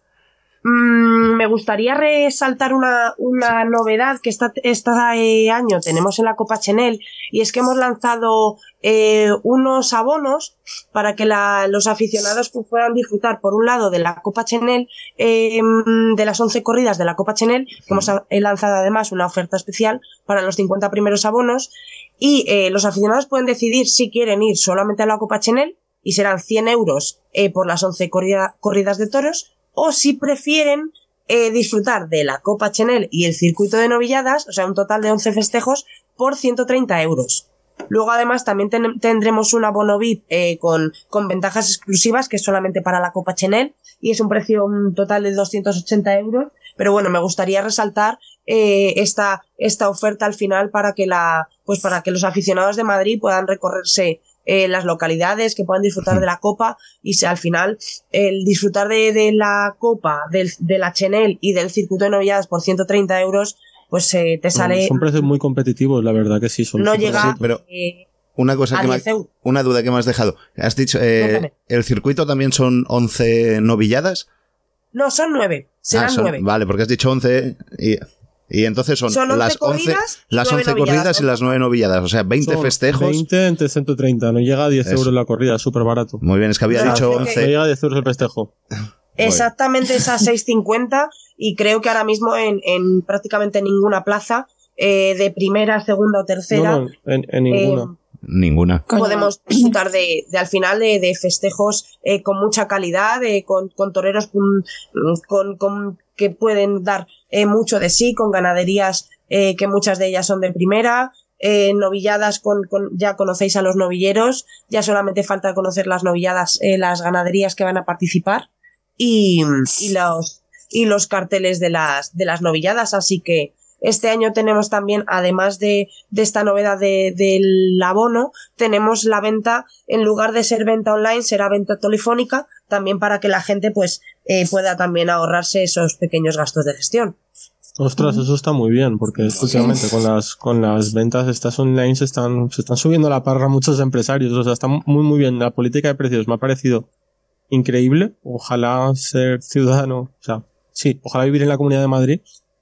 mmm, me gustaría resaltar una, una novedad que este esta, eh, año tenemos en la Copa Chenel, y es que hemos lanzado eh, unos abonos para que la, los aficionados puedan disfrutar, por un lado, de la Copa Chenel, eh, de las once corridas de la Copa Chenel, que hemos lanzado además una oferta especial para los cincuenta primeros abonos, y eh, los aficionados pueden decidir si quieren ir solamente a la Copa Chenel, y serán cien euros eh, por las once corrida, corridas de toros, o si prefieren eh, disfrutar de la Copa Chenel y el circuito de novilladas, o sea, un total de once festejos, por ciento treinta euros. Luego, además, también ten, tendremos un abono V I P eh, con, con ventajas exclusivas, que es solamente para la Copa Chenel, y es un precio un total de doscientos ochenta euros. Pero bueno, me gustaría resaltar eh, esta, esta oferta al final para que la, pues para que los aficionados de Madrid puedan recorrerse Eh, las localidades, que puedan disfrutar de la Copa, y si al final el disfrutar de, de la Copa, del, de la Chenel y del circuito de novilladas por ciento treinta euros, pues eh, te sale... Son precios muy competitivos, la verdad que sí. Son no llega sí, pero eh, una cosa que me ha, una duda que me has dejado. Has dicho, eh, ¿el circuito también son once novilladas? No, son nueve. Serán ah, son, nueve. Vale, porque has dicho once y... Y entonces son, son once las once, las once corridas y las nueve novilladas. O sea, veinte son festejos. veinte entre ciento treinta. No llega a diez Eso. euros la corrida, súper barato. Muy bien, es que había no, dicho once. No llega a diez euros el festejo. Exactamente, es a seis cincuenta. Y creo que ahora mismo en, en prácticamente ninguna plaza, eh, de primera, segunda o tercera. No, no, en, en ninguna. Eh, Ninguna. Podemos disfrutar de, de al final de, de festejos eh, con mucha calidad, eh, con, con toreros con, con, con que pueden dar eh, mucho de sí, con ganaderías eh, que muchas de ellas son de primera, eh, novilladas con, con, ya conocéis a los novilleros, ya solamente falta conocer las novilladas, eh, las ganaderías que van a participar y, y los y los carteles de las de las novilladas, así que este año tenemos también, además de, de esta novedad de, del abono, tenemos la venta, en lugar de ser venta online, será venta telefónica, también para que la gente pues eh, pueda también ahorrarse esos pequeños gastos de gestión. Ostras, eso está muy bien, porque últimamente con las con las ventas estas online se están, se están subiendo la parra muchos empresarios, o sea, está muy muy bien. La política de precios me ha parecido increíble. Ojalá ser ciudadano, o sea, sí, ojalá vivir en la Comunidad de Madrid.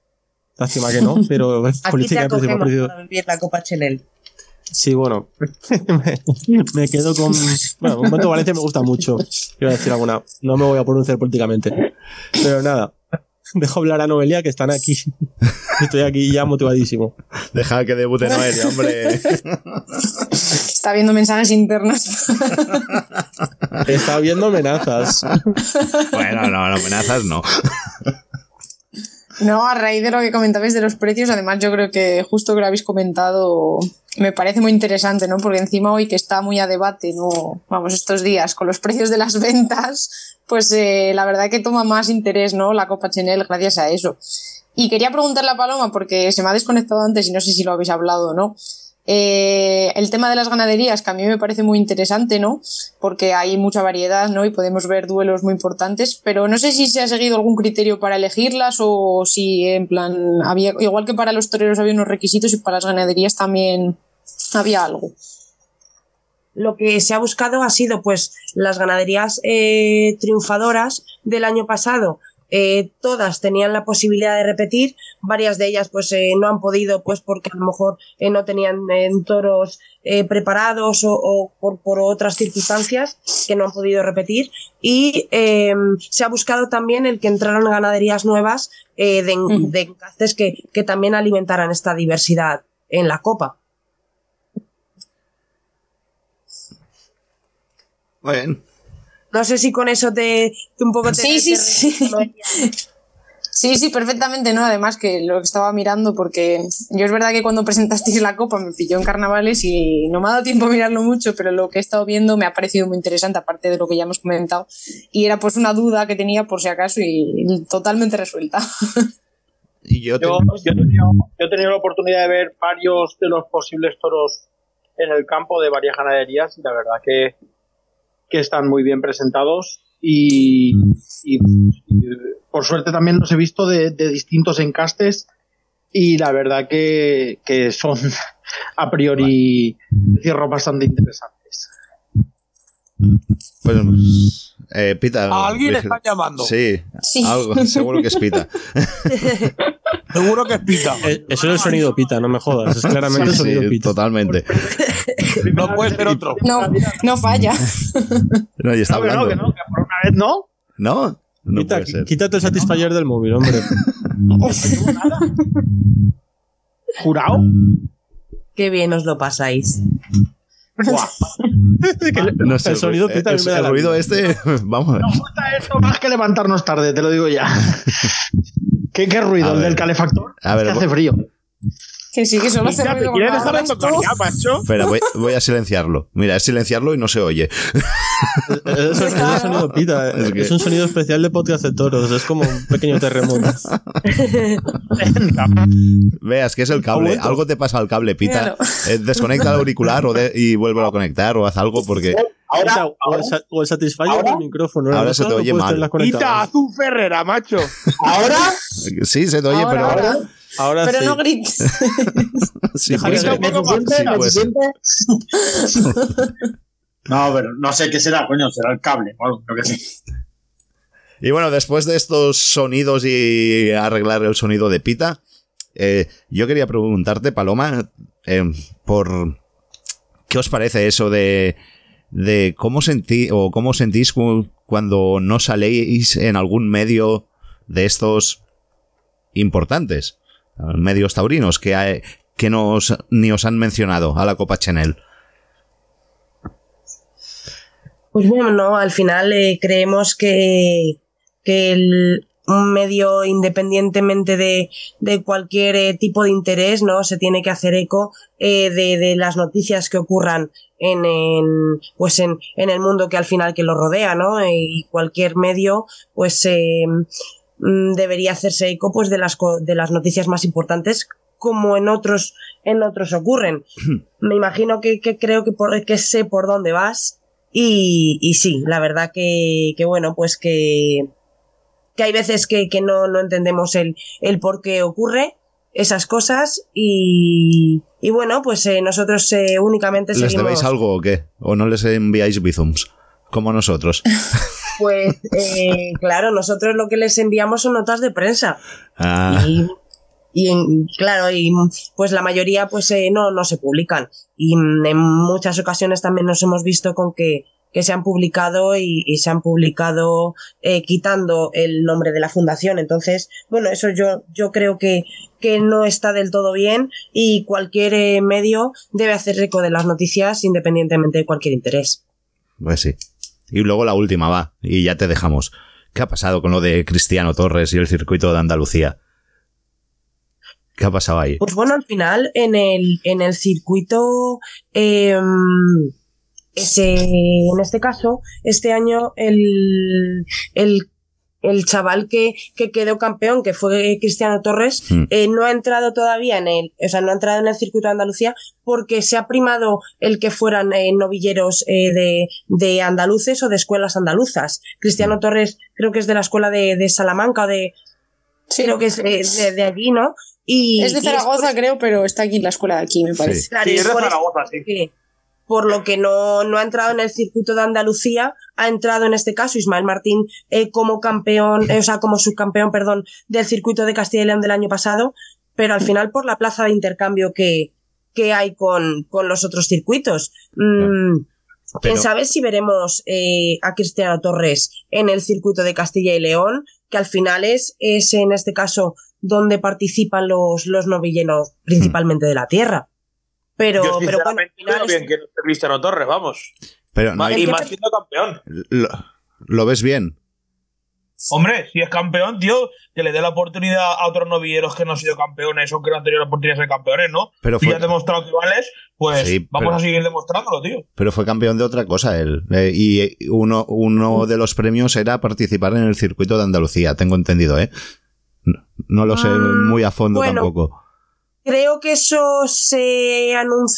Lástima que no, pero aquí política de precios me ha parecido... para vivir la Copa Chenel. Sí, bueno, me, me quedo con... Bueno, un momento Valencia me gusta mucho. Quiero decir alguna... No me voy a pronunciar políticamente. Pero nada, dejo hablar a Noelia, que están aquí. Estoy aquí ya motivadísimo. Deja que debute Noelia, hombre. Está viendo mensajes internos. Está viendo amenazas. Bueno, no, no, amenazas no. No, a raíz de lo que comentabais de los precios, además yo creo que justo que lo habéis comentado me parece muy interesante, ¿no? Porque encima hoy que está muy a debate, ¿no? Vamos, estos días con los precios de las ventas, pues eh, la verdad que toma más interés, ¿no? La Copa Chenel gracias a eso. Y quería preguntarle a Paloma, porque se me ha desconectado antes y no sé si lo habéis hablado, ¿no? Eh, el tema de las ganaderías, que a mí me parece muy interesante, ¿no? Porque hay mucha variedad, ¿no? Y podemos ver duelos muy importantes, pero no sé si se ha seguido algún criterio para elegirlas o si, en plan, había, igual que para los toreros había unos requisitos y para las ganaderías también había algo. Lo que se ha buscado ha sido, pues, las ganaderías eh, triunfadoras del año pasado. eh, todas tenían la posibilidad de repetir, varias de ellas pues eh, no han podido pues porque a lo mejor eh, no tenían eh, toros eh, preparados o, o por, por otras circunstancias que no han podido repetir, y eh, se ha buscado también el que entraran ganaderías nuevas eh, de, de encastes que, que también alimentaran esta diversidad en la copa. Bueno. No sé si con eso te, te un poco te... Sí, sí, te sí. Sí, sí, perfectamente, ¿no? Además que lo que estaba mirando, porque yo es verdad que cuando presentasteis la copa me pilló en carnavales y no me ha dado tiempo a mirarlo mucho, pero lo que he estado viendo me ha parecido muy interesante, aparte de lo que ya hemos comentado, y era pues una duda que tenía por si acaso y, y totalmente resuelta. Y yo, te... yo, yo, he tenido, yo he tenido la oportunidad de ver varios de los posibles toros en el campo de varias ganaderías y la verdad que que están muy bien presentados y, y, y por suerte también los he visto de, de distintos encastes y la verdad que, que son a priori cierros bastante interesantes. Pues, eh, Pita. ¿A alguien está llamando? Sí, sí. Algo, seguro que es Pita. Seguro que es Pita. Eh, eso es el sonido Pita, no me jodas. Es claramente sí, el sonido sí, Pita. Totalmente. No puede ser otro. No, no falla. No, y está no, que hablando. no, que no, que por una vez no. ¿No? No Pita, puede ser. quítate el satisfier del móvil, hombre. ¿Jurado? Qué bien os lo pasáis. No sé, el sonido el, Pita a mí el, me da el la ruido vida. este, vamos. Nos gusta esto más que levantarnos tarde, te lo digo ya. ¿Qué, qué ruido? A ¿El ver. del calefactor? A ver, es que vo- hace frío. Que sí, que solo hace Ya, ¿te ruido quieres cuando dejar de hablas tocar tú. ya, macho? Espera, voy, voy a silenciarlo. Mira, es silenciarlo y no se oye. Es, es el sonido Pita. Es Es, que- un sonido especial de podcast de toros. Es como un pequeño terremoto. Veas que es el cable. Aumento. Algo te pasa al cable, Pita. Míralo. Eh, desconecta el auricular o de- y vuélvelo a conectar o haz algo porque Pita, o, el, sa- o el satisfier del micrófono. Ahora Las se te cosas no oye puedes mal. tenerlas Pita, conectadas. haz un Ferrera, macho. ¿Ahora? sí se te oye, Ahora, pero ahora. Ahora Pero sí. no grites. sí Deja puede que ser. se- ¿Me poco más. siente? Sí, ¿Me puede ser. siente? No, pero no sé qué será, coño, será el cable o algo, yo qué sé. Y bueno, después de estos sonidos y arreglar el sonido de Pita, eh, yo quería preguntarte, Paloma, eh, por ¿qué os parece eso de, de cómo sentí o cómo sentís cu- cuando no saléis en algún medio de estos importantes, medios taurinos que, hay- que nos, ni os han mencionado a la Copa Chanel? Pues bueno, no, al final eh, creemos que, que el, un medio, independientemente de, de cualquier eh, tipo de interés, ¿no? Se tiene que hacer eco eh, de, de las noticias que ocurran en, en pues en, en el mundo que al final que lo rodea, ¿no? Y cualquier medio, pues eh, mm, debería hacerse eco pues de las co- de las noticias más importantes, como en otros en otros ocurren. Me imagino que, que creo que por que sé por dónde vas. Y, y sí, la verdad que, que bueno, pues que, que hay veces que, que no, no entendemos el, el por qué ocurre esas cosas y, y bueno, pues eh, nosotros eh, únicamente ¿Les seguimos... debéis algo o qué? ¿O no les enviáis bizums? Como nosotros. Pues eh, claro, nosotros lo que les enviamos son notas de prensa. Ah. Y, y en- claro, y pues la mayoría pues eh, no, no se publican. Y mm, en muchas ocasiones también nos hemos visto con que, que se han publicado y, y se han publicado eh, quitando el nombre de la fundación. Entonces, bueno, eso yo, yo creo que, que no está del todo bien y cualquier eh, medio debe hacer eco de las noticias independientemente de cualquier interés. Pues sí. Y luego la última va, y ya te dejamos. ¿Qué ha pasado con lo de Cristiano Torres y el circuito de Andalucía? ¿Qué ha pasado ahí? Pues bueno, al final en el, en el circuito, eh, ese, en este caso, este año el, el, el chaval que, que quedó campeón, que fue Cristiano Torres, Mm. eh, no ha entrado todavía en el, o sea, no ha entrado en el circuito de Andalucía porque se ha primado el que fueran eh, novilleros eh, de, de andaluces o de escuelas andaluzas. Cristiano Torres creo que es de la escuela de, de Salamanca o de, Sí. creo que es eh, de, de allí, ¿no? Y, Es de y Zaragoza, creo, pero está aquí en la escuela de aquí, me parece. Claro, Sí, y es de por Zaragoza, eso sí. que- por lo que no, no ha entrado en el circuito de Andalucía. Ha entrado en este caso Ismael Martín eh, como campeón, eh, o sea, como subcampeón, perdón, del circuito de Castilla y León del año pasado, pero al final por la plaza de intercambio que, que hay con, con los otros circuitos. Mm, Pero... ¿Quién sabe si veremos eh, a Cristiano Torres en el circuito de Castilla y León, que al final es, es en este caso donde participan los, los novilleros principalmente de la tierra? Pero, Yo pero bueno, sinceramente creo bien que no esté Cristiano Torres, vamos. Pero no hay- Y más siendo campeón. ¿Lo, lo ves bien? Hombre, si es campeón, tío, que le dé la oportunidad a otros novilleros que no han sido campeones o que no han tenido la oportunidad de ser campeones, ¿no? Pero Si fue- ya has demostrado que vales, pues Sí, vamos pero- a seguir demostrándolo, tío. Pero fue campeón de otra cosa él. Eh, y uno, uno de los premios era participar en el circuito de Andalucía, tengo entendido, ¿eh? No, no lo sé muy a fondo bueno. tampoco. creo que eso se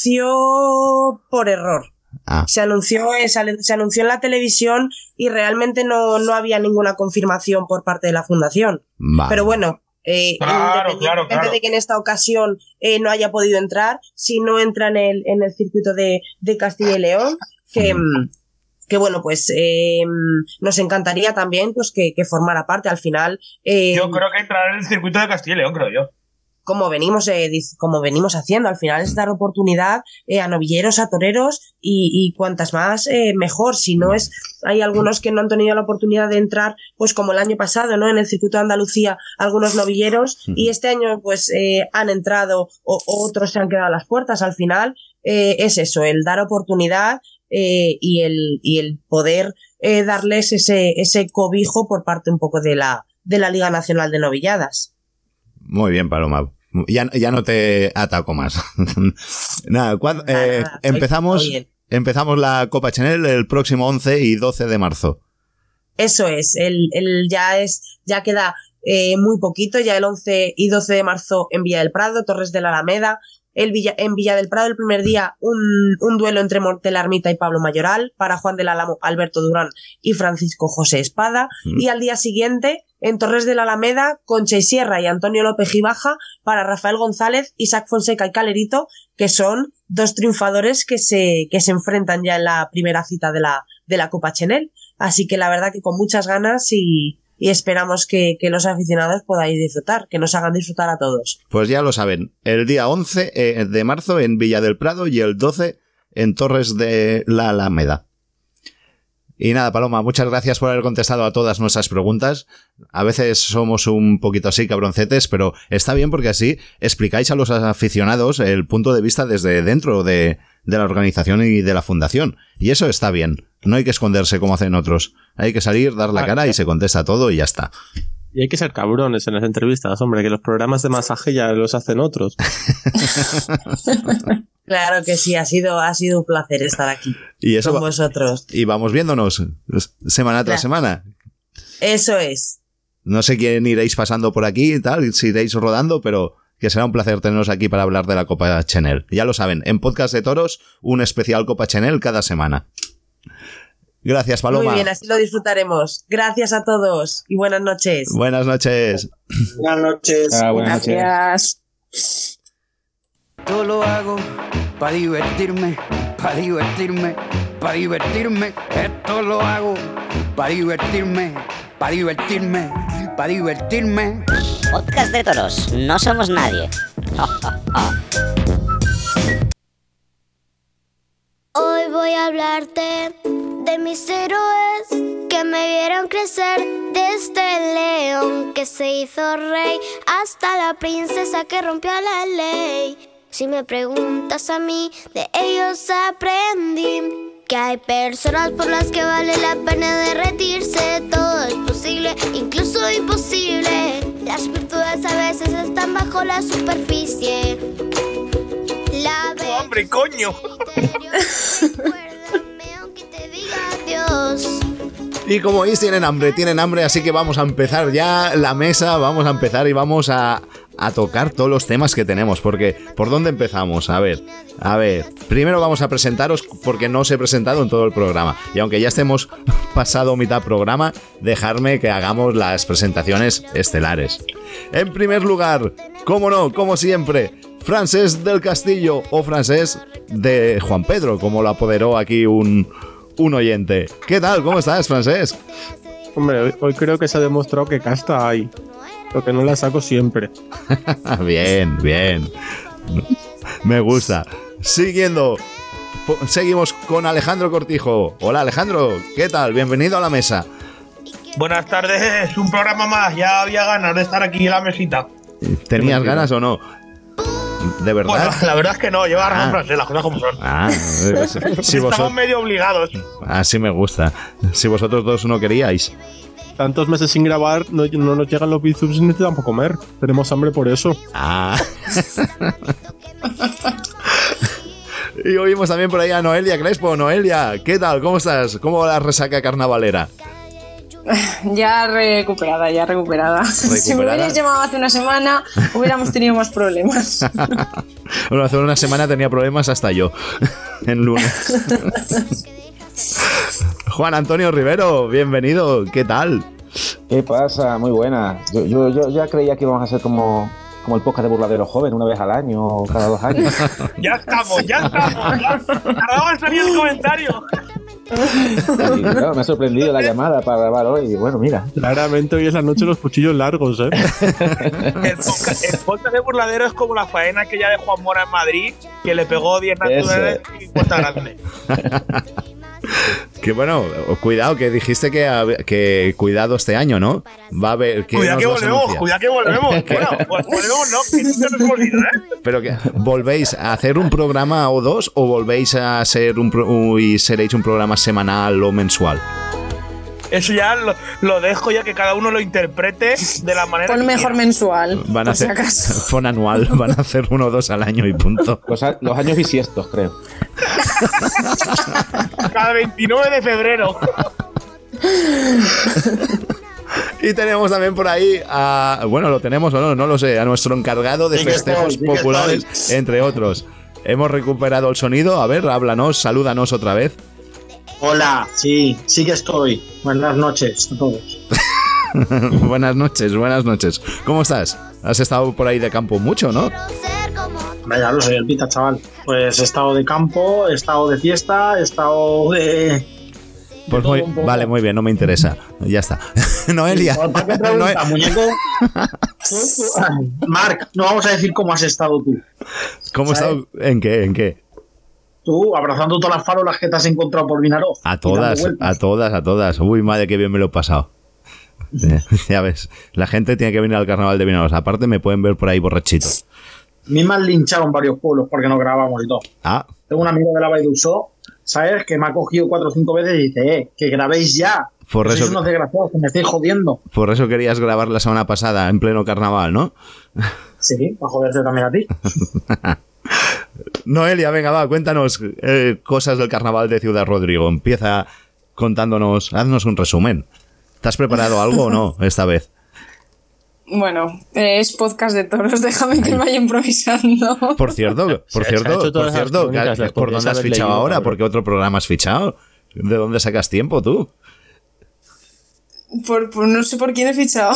anunció por error. Ah. Se anunció, eh, se, se anunció en la televisión y realmente no, no había ninguna confirmación por parte de la fundación. Vale. Pero bueno, eh, Claro, independientemente claro, claro. de que en esta ocasión eh, no haya podido entrar, si no entra en el, en el circuito de, de Castilla y León, que, mm, que bueno, pues eh, nos encantaría también pues que, que formara parte al final. Eh, Yo creo que entrará en el circuito de Castilla y León, creo yo. como venimos eh, dic- como venimos haciendo, al final es dar oportunidad eh, a novilleros, a toreros y, y cuantas más eh, mejor. Si no es, hay algunos que no han tenido la oportunidad de entrar, pues como el año pasado, ¿no? En el circuito de Andalucía, algunos novilleros, y este año pues eh, han entrado o, o otros se han quedado a las puertas. Al final eh, es eso, el dar oportunidad eh, y el y el poder eh, darles ese ese cobijo por parte un poco de la de la Liga Nacional de Novilladas. Muy bien, Paloma. Ya, ya no te ataco más. Nada, cuando, eh, nada, empezamos, estoy bien. empezamos la Copa Chanel el próximo once y doce de marzo. Eso es, el, el ya es, ya queda eh, muy poquito, ya el once y doce de marzo en Villa del Prado, Torres de la Alameda. El Villa, en Villa del Prado el primer día un, un duelo entre Mortel Armita y Pablo Mayoral, para Juan del Álamo, Alberto Durán y Francisco José Espada. Mm. Y al día siguiente en Torres de la Alameda, Concha y Sierra y Antonio López Gibaja, para Rafael González, Isaac Fonseca y Calerito, que son dos triunfadores que se, que se enfrentan ya en la primera cita de la, de la Copa Chanel. Así que la verdad que con muchas ganas y, y esperamos que, que los aficionados podáis disfrutar, que nos hagan disfrutar a todos. Pues ya lo saben, el día once eh, de marzo en Villa del Prado y el doce en Torres de la Alameda. Y nada, Paloma, muchas gracias por haber contestado a todas nuestras preguntas. A veces somos un poquito así cabroncetes, pero está bien porque así explicáis a los aficionados el punto de vista desde dentro de, de la organización y de la fundación. Y eso está bien. No hay que esconderse como hacen otros. Hay que salir, dar la cara y se contesta todo y ya está. Y hay que ser cabrones en las entrevistas, hombre, que los programas de masaje ya los hacen otros. Claro que sí, ha sido, ha sido un placer estar aquí Y eso con va- vosotros. Y vamos viéndonos semana tras Claro. semana. Eso es. No sé quién iréis pasando por aquí y tal, si iréis rodando, pero que será un placer teneros aquí para hablar de la Copa Chanel. Ya lo saben, en Podcast de Toros, un especial Copa Chanel cada semana. Gracias, Paloma. Muy bien, así lo disfrutaremos. Gracias a todos y buenas noches. Buenas noches. Buenas noches. Ah, buenas noches. Gracias. Todo lo hago para divertirme, para divertirme, para divertirme. Esto lo hago para divertirme, para divertirme, para divertirme. Podcast de toros, no somos nadie. Hoy voy a hablarte de mis héroes que me vieron crecer, desde el león que se hizo rey hasta la princesa que rompió la ley. Si me preguntas a mí, de ellos aprendí que hay personas por las que vale la pena derretirse. Todo es posible, incluso imposible. Las virtudes a veces están bajo la superficie. La ¡Hombre, coño! Dios. Y como veis, tienen hambre, tienen hambre, así que vamos a empezar ya la mesa, vamos a empezar y vamos a, a tocar todos los temas que tenemos, porque ¿por dónde empezamos? A ver, a ver, primero vamos a presentaros, porque no os he presentado en todo el programa, y aunque ya estemos pasado mitad programa, dejarme que hagamos las presentaciones estelares. En primer lugar, como no, como siempre, Francés del Castillo, o Francés de Juan Pedro, como lo apoderó aquí un, un oyente. ¿Qué tal? ¿Cómo estás, Francés? Hombre, hoy, hoy creo que se ha demostrado que casta hay, lo que no la saco siempre. Bien, bien. Me gusta. Siguiendo, seguimos con Alejandro Cortijo. Hola, Alejandro, ¿qué tal? Bienvenido a la mesa. Buenas tardes, un programa más. Ya había ganas de estar aquí en la mesita. ¿Tenías ganas o no? ¿De verdad? Bueno, la verdad es que no, lleva razón, Francés, las cosas como son. Ah, si Estamos vosotros... medio obligados. Así me gusta. Si vosotros dos no queríais. Tantos meses sin grabar, no, no nos llegan los bizums ni tampoco comer. Tenemos hambre por eso. Ah. Y oímos también por ahí a Noelia Crespo. Noelia, ¿qué tal? ¿Cómo estás? ¿Cómo va la resaca carnavalera? Ya recuperada, ya recuperada. ¿Recuperada? Si me hubierais llamado hace una semana, hubiéramos tenido más problemas. Bueno, hace una semana tenía problemas hasta yo. En lunes. Juan Antonio Rivero, bienvenido. ¿Qué tal? ¿Qué pasa? Muy buena. Yo, yo, yo ya creía que íbamos a ser como, como el podcast de Burladero Joven, una vez al año o cada dos años. Ya estamos, ya estamos. Ya. Tardaba en salir el comentario. Sí, claro, me ha sorprendido la llamada para grabar hoy. Bueno, mira. Claramente hoy es la noche de los cuchillos largos, ¿eh? El podcast, el podcast de Burladero es como la faena que ya de Juan Mora en Madrid, que le pegó diez naturales y cuesta grande. Que bueno, cuidado, que dijiste que, que cuidado este año, ¿no? Va a haber... Cuidado que volvemos, cuidado que volvemos. Bueno, volvemos no, que no se nos olvida, ¿eh? Pero que, ¿volvéis a hacer un programa o dos o volvéis a ser un pro, y seréis un programa semanal o mensual? Eso ya lo, lo dejo ya que cada uno lo interprete de la manera Pon que mejor quiera. Mensual. Van a hacer fon anual, van a hacer uno o dos al año y punto. Los, a, los años bisiestos, creo. Cada veintinueve de febrero. Y tenemos también por ahí a... Bueno, lo tenemos o no, no lo sé. A nuestro encargado de Sí que festejos estoy, sí que populares, estoy. entre otros. Hemos recuperado el sonido. A ver, háblanos, salúdanos otra vez. Hola, sí, sí que estoy. Buenas noches a todos. Buenas noches, buenas noches. ¿Cómo estás? Has estado por ahí de campo mucho, ¿no? Hombre, ya lo sé, el pita, chaval. Pues he estado de campo, he estado de fiesta, he estado de... Pues muy, vale, muy bien, no me interesa. Ya está. Noelia. ¿Para qué pregunta, muñeco? Marc, no vamos a decir cómo has estado tú. ¿Cómo has estado? ¿En qué? ¿En qué? Tú, abrazando todas las farolas que te has encontrado por Vinaroz. A todas, a todas, a todas. Uy, madre, qué bien me lo he pasado. Ya ves, la gente tiene que venir al carnaval de Vinaroz. Aparte me pueden ver por ahí borrachito. A mí me han linchado en varios pueblos porque no grabamos y todo. Ah. Tengo un amigo de la Baidusó, ¿sabes? Que me ha cogido cuatro o cinco veces y dice, eh, que grabéis ya. Por Sois eso, unos desgraciados, que me estáis jodiendo. Por eso querías grabar la semana pasada en pleno carnaval, ¿no? Sí, para joderte también a ti. Noelia, venga, va, cuéntanos eh, cosas del carnaval de Ciudad Rodrigo. Empieza contándonos, haznos un resumen. ¿Te has preparado algo o no esta vez? Bueno, eh, es podcast de toros, déjame que vaya improvisando. Por cierto, por Se ha- se ha cierto, hecho por todas las cierto, crónicas, las ¿por podrías dónde has haber fichado leído, ahora? cabrón. ¿Por qué otro programa has fichado? ¿De dónde sacas tiempo tú? Por, por no sé por quién he fichado.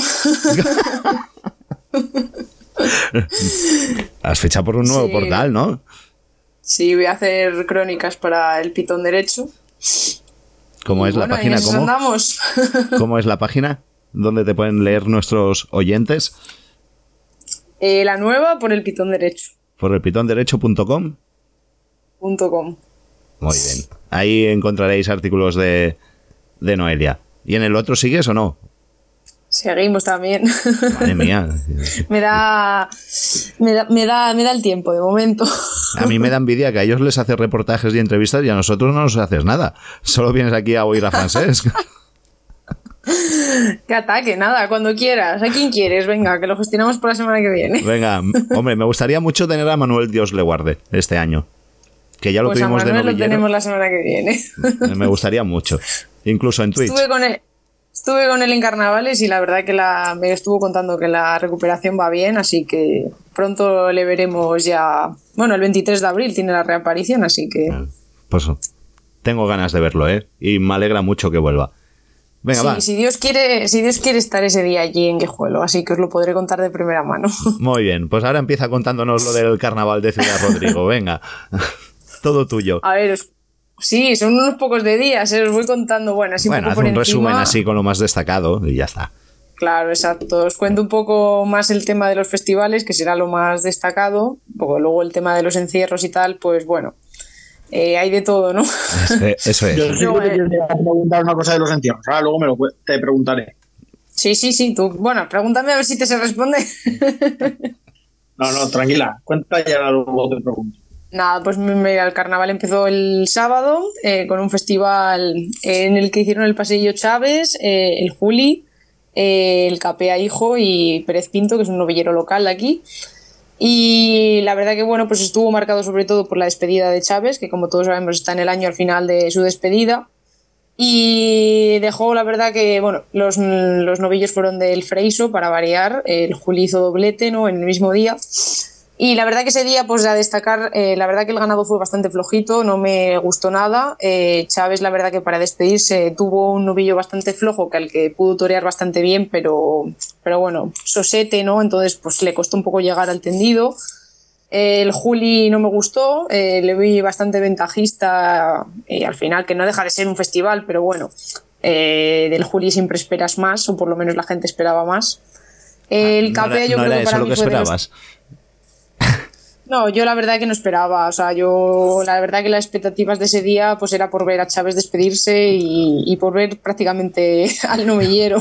Has fichado por un nuevo Sí. portal, ¿no? Sí, voy a hacer crónicas para el Pitón Derecho. ¿Cómo Y es la bueno, en página? eso ¿Cómo? andamos. ¿Cómo es la página? ¿Dónde te pueden leer nuestros oyentes? Eh, la nueva por el Pitón Derecho Por el pitón derecho punto com. punto com. Muy bien. Ahí encontraréis artículos de, de Noelia. ¿Y en el otro sigues o no? Seguimos también. Madre mía. me da me da me da me da el tiempo de momento. A mí me da envidia que a ellos les haces reportajes y entrevistas y a nosotros no nos haces nada. Solo vienes aquí a oír a Francés. Que ataque, nada, cuando quieras. ¿A quién quieres? Venga, que lo gestionamos por la semana que viene. Venga, hombre, me gustaría mucho tener a Manuel Dios le guarde este año. Que ya lo Pues a tuvimos de Manuel lo novillero. tenemos la semana que viene. Me gustaría mucho. Incluso en Twitch. Estuve con él, estuve con él en carnavales y la verdad que la, me estuvo contando que la recuperación va bien, así que pronto le veremos ya. Bueno, el veintitrés de abril tiene la reaparición, así que. Pues tengo ganas de verlo, ¿eh? Y me alegra mucho que vuelva. Venga, sí, va. Si Dios quiere, si Dios quiere estar ese día allí en Guijuelo, así que os lo podré contar de primera mano. Muy bien, pues ahora empieza contándonos lo del carnaval de Ciudad Rodrigo, venga. Todo tuyo. A ver, os, sí, son unos pocos de días, eh, os voy contando, bueno, así bueno, un poco haz por un encima. resumen así con lo más destacado y ya está. Claro, exacto. Os cuento un poco más el tema de los festivales, que será lo más destacado, porque luego el tema de los encierros y tal, pues bueno, eh, hay de todo, ¿no? Eso, eso es. Yo sí que te quería preguntar una cosa de los encierros, ahora luego me lo te preguntaré. Sí, sí, sí, tú. Bueno, pregúntame a ver si te se responde. No, no, tranquila, cuenta y ahora luego te pregunto. Nada, pues mira, el carnaval empezó el sábado eh, con un festival en el que hicieron el Paseillo Chávez, eh, el Juli, eh, el Capea Hijo y Pérez Pinto, que es un novillero local de aquí. Y la verdad que bueno, pues estuvo marcado sobre todo por la despedida de Chávez, que como todos sabemos está en el año al final de su despedida. Y dejó, la verdad que, bueno, los, los novillos fueron del Freiso para variar, el Juli hizo doblete, ¿no?, en el mismo día. Y la verdad que ese día, pues a destacar, eh, la verdad que el ganado fue bastante flojito, no me gustó nada. Eh, Chávez, la verdad que para despedirse tuvo un novillo bastante flojo, que al que pudo torear bastante bien, pero, pero bueno, sosete, ¿no? Entonces, pues le costó un poco llegar al tendido. Eh, el Juli no me gustó, eh, le vi bastante ventajista, eh, al final, que no deja de ser un festival, pero bueno, eh, del Juli siempre esperas más, o por lo menos la gente esperaba más. El Ah, Capea, no, yo no creo era que eso para lo mí que fue de los- esperabas. No, yo la verdad que no esperaba, o sea, yo la verdad que las expectativas de ese día pues era por ver a Chávez despedirse y, y por ver prácticamente al novillero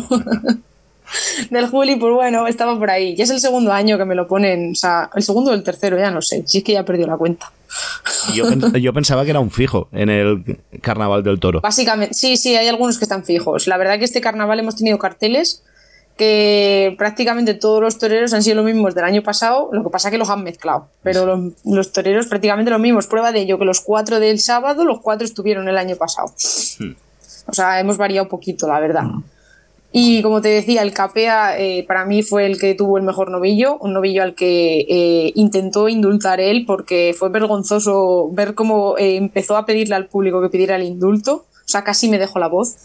del Juli, pues bueno, estaba por ahí. Ya es el segundo año que me lo ponen, o sea, el segundo o el tercero, ya no sé, si es que ya he perdido la cuenta. Yo, pen- yo pensaba que era un fijo en el Carnaval del Toro. Básicamente, sí, sí, hay algunos que están fijos. La verdad que este carnaval hemos tenido carteles que prácticamente todos los toreros han sido los mismos del año pasado, lo que pasa es que los han mezclado, pero los, los toreros prácticamente los mismos. Prueba de ello que los cuatro del sábado, los cuatro estuvieron el año pasado. O sea, hemos variado un poquito, la verdad. Y como te decía, el Capea eh, para mí fue el que tuvo el mejor novillo, un novillo al que eh, intentó indultar él, porque fue vergonzoso ver cómo eh, empezó a pedirle al público que pidiera el indulto. O sea, casi me dejó la voz.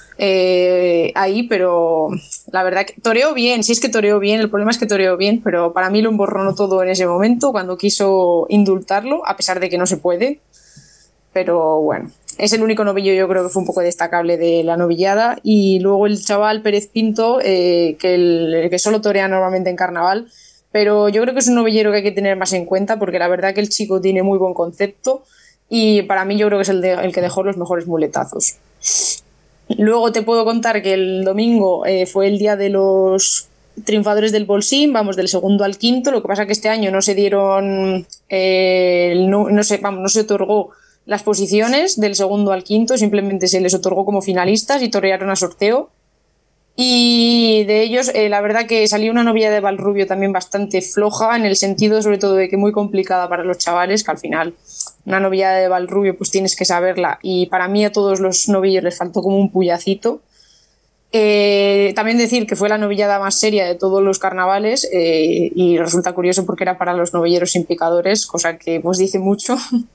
Eh, ahí, pero la verdad que toreó bien, sí es que toreó bien, el problema es que toreó bien, pero para mí lo emborronó todo en ese momento cuando quiso indultarlo, a pesar de que no se puede, pero bueno, es el único novillo yo creo que fue un poco destacable de la novillada. Y luego el chaval Pérez Pinto, eh, que, el, que solo torea normalmente en carnaval, pero yo creo que es un novillero que hay que tener más en cuenta porque la verdad que el chico tiene muy buen concepto y para mí yo creo que es el, de, el que dejó los mejores muletazos. Luego te puedo contar que el domingo eh, fue el día de los triunfadores del Bolsín, vamos del segundo al quinto. Lo que pasa que este año no se dieron, eh, no, no, se, vamos, no se otorgó las posiciones del segundo al quinto, simplemente se les otorgó como finalistas y torearon a sorteo. Y de ellos, eh, la verdad que salió una novilla de Valrubio también bastante floja, en el sentido sobre todo de que muy complicada para los chavales, que al final una novillada de Valrubio pues tienes que saberla, y para mí a todos los novillos les faltó como un puyacito. Eh, también decir que fue la novillada más seria de todos los carnavales, eh, y resulta curioso porque era para los novilleros sin picadores, cosa que pues dice mucho.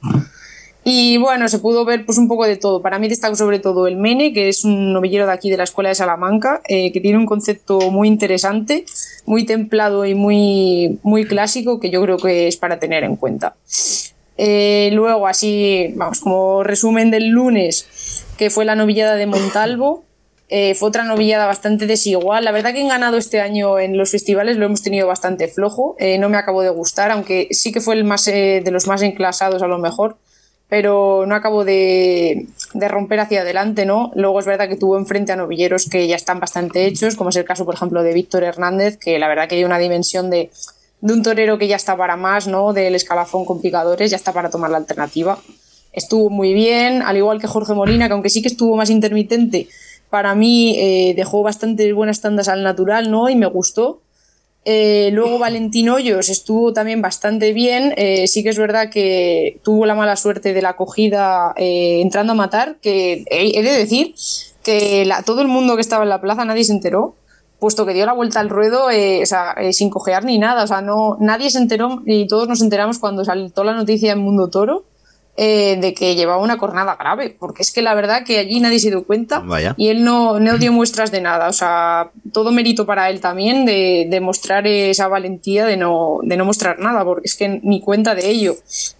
Y bueno, se pudo ver pues un poco de todo. Para mí destaco sobre todo el Mene, que es un novillero de aquí de la Escuela de Salamanca, eh, que tiene un concepto muy interesante, muy templado y muy, muy clásico, que yo creo que es para tener en cuenta. Eh, luego, así, vamos, como resumen del lunes, que fue la novillada de Montalvo, eh, fue otra novillada bastante desigual. La verdad que en ganado este año en los festivales lo hemos tenido bastante flojo, eh, no me acabó de gustar, aunque sí que fue el más, eh, de los más enclasados a lo mejor, pero no acabo de, de romper hacia adelante, ¿no? Luego es verdad que tuvo enfrente a novilleros que ya están bastante hechos, como es el caso, por ejemplo, de Víctor Hernández, que la verdad que hay una dimensión de, de un torero que ya está para más, ¿no? Del escalafón con picadores, ya está para tomar la alternativa. Estuvo muy bien, al igual que Jorge Molina, que aunque sí que estuvo más intermitente, para mí eh, dejó bastante buenas tandas al natural, ¿no? Y me gustó. Eh, luego Valentín Hoyos estuvo también bastante bien, eh, sí que es verdad que tuvo la mala suerte de la acogida eh, entrando a matar, que he, he de decir que la, todo el mundo que estaba en la plaza, nadie se enteró, puesto que dio la vuelta al ruedo, eh, o sea, eh, sin cojear ni nada, o sea, no, nadie se enteró y todos nos enteramos cuando saltó la noticia en Mundo Toro, eh, de que llevaba una cornada grave, porque es que la verdad que allí nadie se dio cuenta. Vaya. Y él no, no dio muestras de nada, o sea, todo mérito para él también de, de mostrar esa valentía de no, de no mostrar nada, porque es que ni cuenta de ello.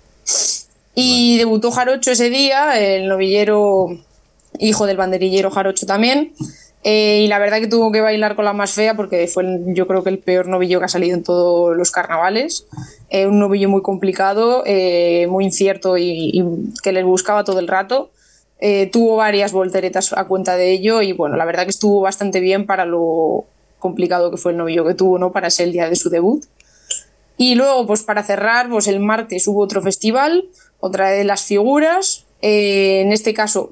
Y debutó Jarocho ese día, el novillero hijo del banderillero Jarocho también. Eh, y la verdad que tuvo que bailar con la más fea porque fue el, yo creo que el peor novillo que ha salido en todos los carnavales. Eh, un novillo muy complicado, eh, muy incierto y, y que les buscaba todo el rato. Eh, tuvo varias volteretas a cuenta de ello y bueno, la verdad que estuvo bastante bien para lo complicado que fue el novillo que tuvo, ¿no? Para ser el día de su debut. Y luego, pues para cerrar, pues el martes hubo otro festival, otra de las figuras. Eh, en este caso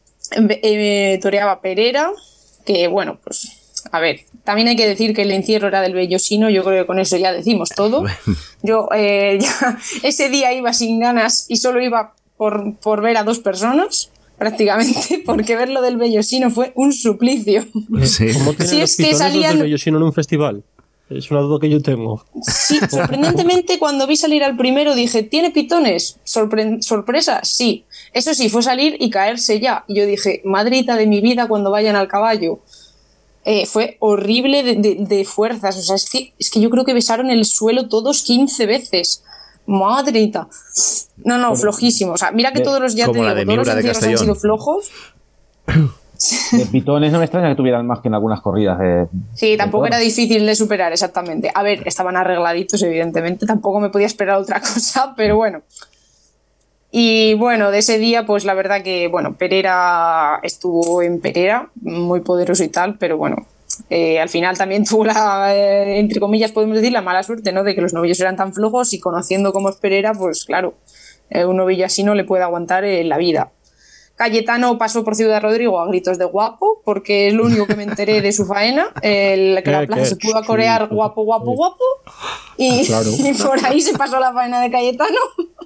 eh, toreaba Perera, que bueno, pues a ver, también hay que decir que el encierro era del Bellosino, yo creo que con eso ya decimos todo. Yo eh, ya, ese día iba sin ganas y solo iba por, por ver a dos personas, prácticamente, porque ver lo del Bellosino fue un suplicio. Sí. ¿Cómo tienen Si los es que pitones salían... los del Bellosino en un festival? Es una duda que yo tengo. Sí, sorprendentemente cuando vi salir al primero dije, ¿tiene pitones? Sorpre- ¿Sorpresa? Sí. Eso sí, fue salir y caerse ya. Y yo dije, madrita de mi vida cuando vayan al caballo. Eh, fue horrible de, de, de fuerzas. O sea, es que, es que yo creo que besaron el suelo todos quince veces. Madrita. No, no, flojísimo. O sea, mira que todos los, ya te digo, todos los encierros han sido flojos. De pitones no me extraña que tuvieran más que en algunas corridas de... Sí, tampoco era difícil de superar, exactamente. A ver, estaban arregladitos, evidentemente, tampoco me podía esperar otra cosa, pero bueno. Y bueno, de ese día, pues la verdad que, bueno, Perera estuvo en Perera, muy poderoso y tal, pero bueno, eh, al final también tuvo la, eh, entre comillas, podemos decir, la mala suerte, ¿no? De que los novillos eran tan flojos y conociendo cómo es Perera, pues claro, eh, un novillo así no le puede aguantar en la vida. Cayetano pasó por Ciudad Rodrigo a gritos de guapo, porque es lo único que me enteré de su faena, el, que la plaza se pudo acorear guapo, guapo, guapo, y, claro. y por ahí se pasó la faena de Cayetano.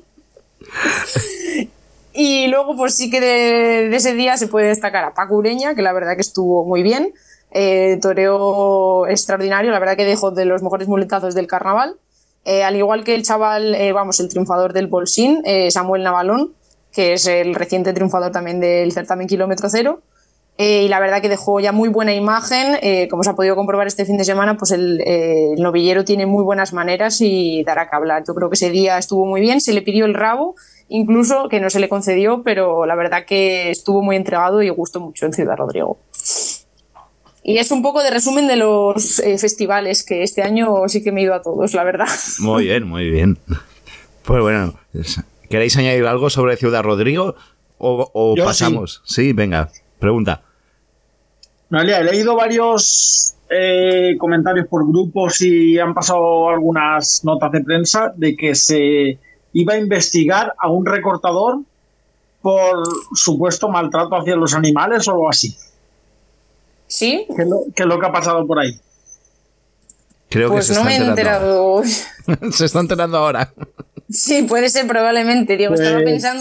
Y luego pues sí que de, de ese día se puede destacar a Paco Ureña, que la verdad que estuvo muy bien, eh, toreó extraordinario, la verdad que dejó de los mejores muletazos del carnaval, eh, al igual que el chaval, eh, vamos, el triunfador del Bolsín, eh, Samuel Navalón, que es el reciente triunfador también del certamen Kilómetro Cero, eh, y la verdad que dejó ya muy buena imagen, eh, como se ha podido comprobar este fin de semana, pues el, eh, el novillero tiene muy buenas maneras y dará que hablar. Yo creo que ese día estuvo muy bien, se le pidió el rabo, incluso que no se le concedió, pero la verdad que estuvo muy entregado y gustó mucho en Ciudad Rodrigo. Y es un poco de resumen de los eh, festivales, que este año sí que me he ido a todos, la verdad. Muy bien, muy bien. Pues bueno, ¿queréis añadir algo sobre Ciudad Rodrigo o, o pasamos? Sí. sí, venga, pregunta. Noelia, he leído varios eh, comentarios por grupos y han pasado algunas notas de prensa de que se iba a investigar a un recortador por supuesto maltrato hacia los animales o algo así. ¿Sí? ¿Qué es lo, qué es lo que ha pasado por ahí? Creo pues que se no está me he enterado. Se está enterando ahora. Sí, puede ser probablemente, Diego. Pues, estaba pensando...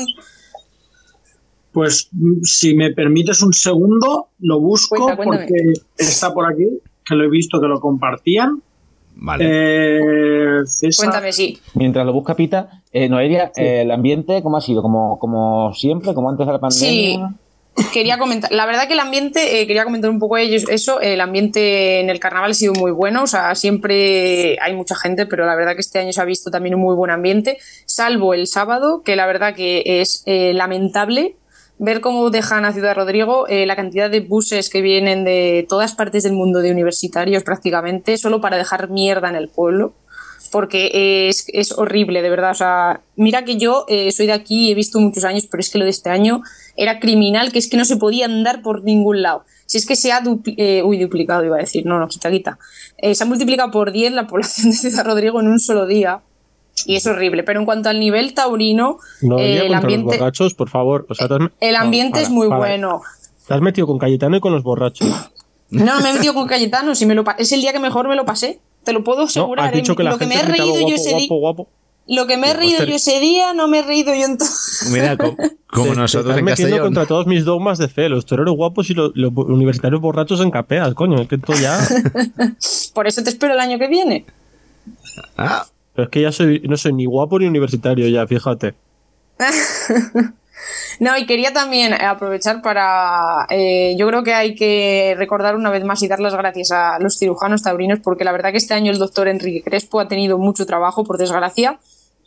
Pues si me permites un segundo, lo busco. Cuenta, porque está por aquí, que lo he visto que lo compartían. Vale. Eh, Cuéntame, sí. Mientras lo busca Pita, eh, Noelia, sí. eh, ¿el ambiente cómo ha sido? ¿Como, como siempre? ¿Como antes de la pandemia? Sí. Quería comentar, la verdad que el ambiente, eh, quería comentar un poco ellos eso, el ambiente en el carnaval ha sido muy bueno, o sea, siempre hay mucha gente, pero la verdad que este año se ha visto también un muy buen ambiente, salvo el sábado, que la verdad que es eh, lamentable ver cómo dejan a Ciudad Rodrigo, eh, la cantidad de buses que vienen de todas partes del mundo, de universitarios prácticamente, solo para dejar mierda en el pueblo. Porque es, es horrible, de verdad. O sea, mira que yo eh, soy de aquí y he visto muchos años, pero es que lo de este año era criminal, que es que no se podía andar por ningún lado. Si es que se ha dupli- eh, uy, duplicado, iba a decir, no, no, quita, quita. Eh, se ha multiplicado por diez la población de Ciudad Rodrigo en un solo día. Y es horrible. Pero en cuanto al nivel taurino, no, eh, el ambiente. Los borrachos, por favor. O sea, has... El ambiente no, para, es muy para. bueno. Te has metido con Cayetano y con los borrachos. No, me he metido con Cayetano. Si me lo pa- es el día que mejor me lo pasé. Te lo puedo asegurar. No, has dicho que la lo gente que me he reído guapo, yo ese día. Guapo, guapo. Lo que me he reído yo ese día, no me he reído yo en todo. Mira, como, como te, nosotros te en metiendo Castellón. Contra todos mis dogmas de fe, los toreros guapos y los, los universitarios borrachos en capeas, coño. Es que esto ya. Por eso te espero el año que viene. Ah. Pero es que ya soy, no soy ni guapo ni universitario, ya, fíjate. No, y quería también aprovechar para... Eh, yo creo que hay que recordar una vez más y dar las gracias a los cirujanos taurinos, porque la verdad que este año el doctor Enrique Crespo ha tenido mucho trabajo, por desgracia,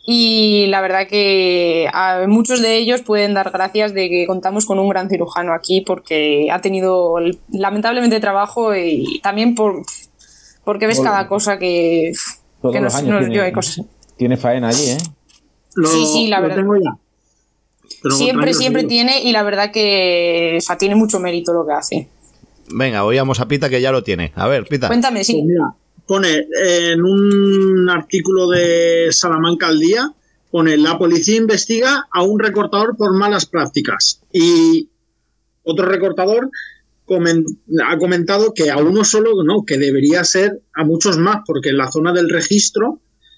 y la verdad que a muchos de ellos pueden dar gracias de que contamos con un gran cirujano aquí, porque ha tenido lamentablemente trabajo y también por porque ves cada cosa que, Todos que los nos, años nos tiene, dio hay cosas. Tiene faena allí, ¿eh? Lo, Sí, sí, la lo verdad. tengo ya. Pero Siempre, tranquilo, siempre tranquilo. tiene, y la verdad que o sea, tiene mucho mérito lo que hace. Venga, oíamos a Pita que ya lo tiene. A ver, Pita. Cuéntame, sí. Pues mira, pone en un artículo de Salamanca al Día, pone: la policía investiga a un recortador por malas prácticas. Y otro recortador comen- ha comentado que a uno solo no, que debería ser a muchos más, porque en la zona del registro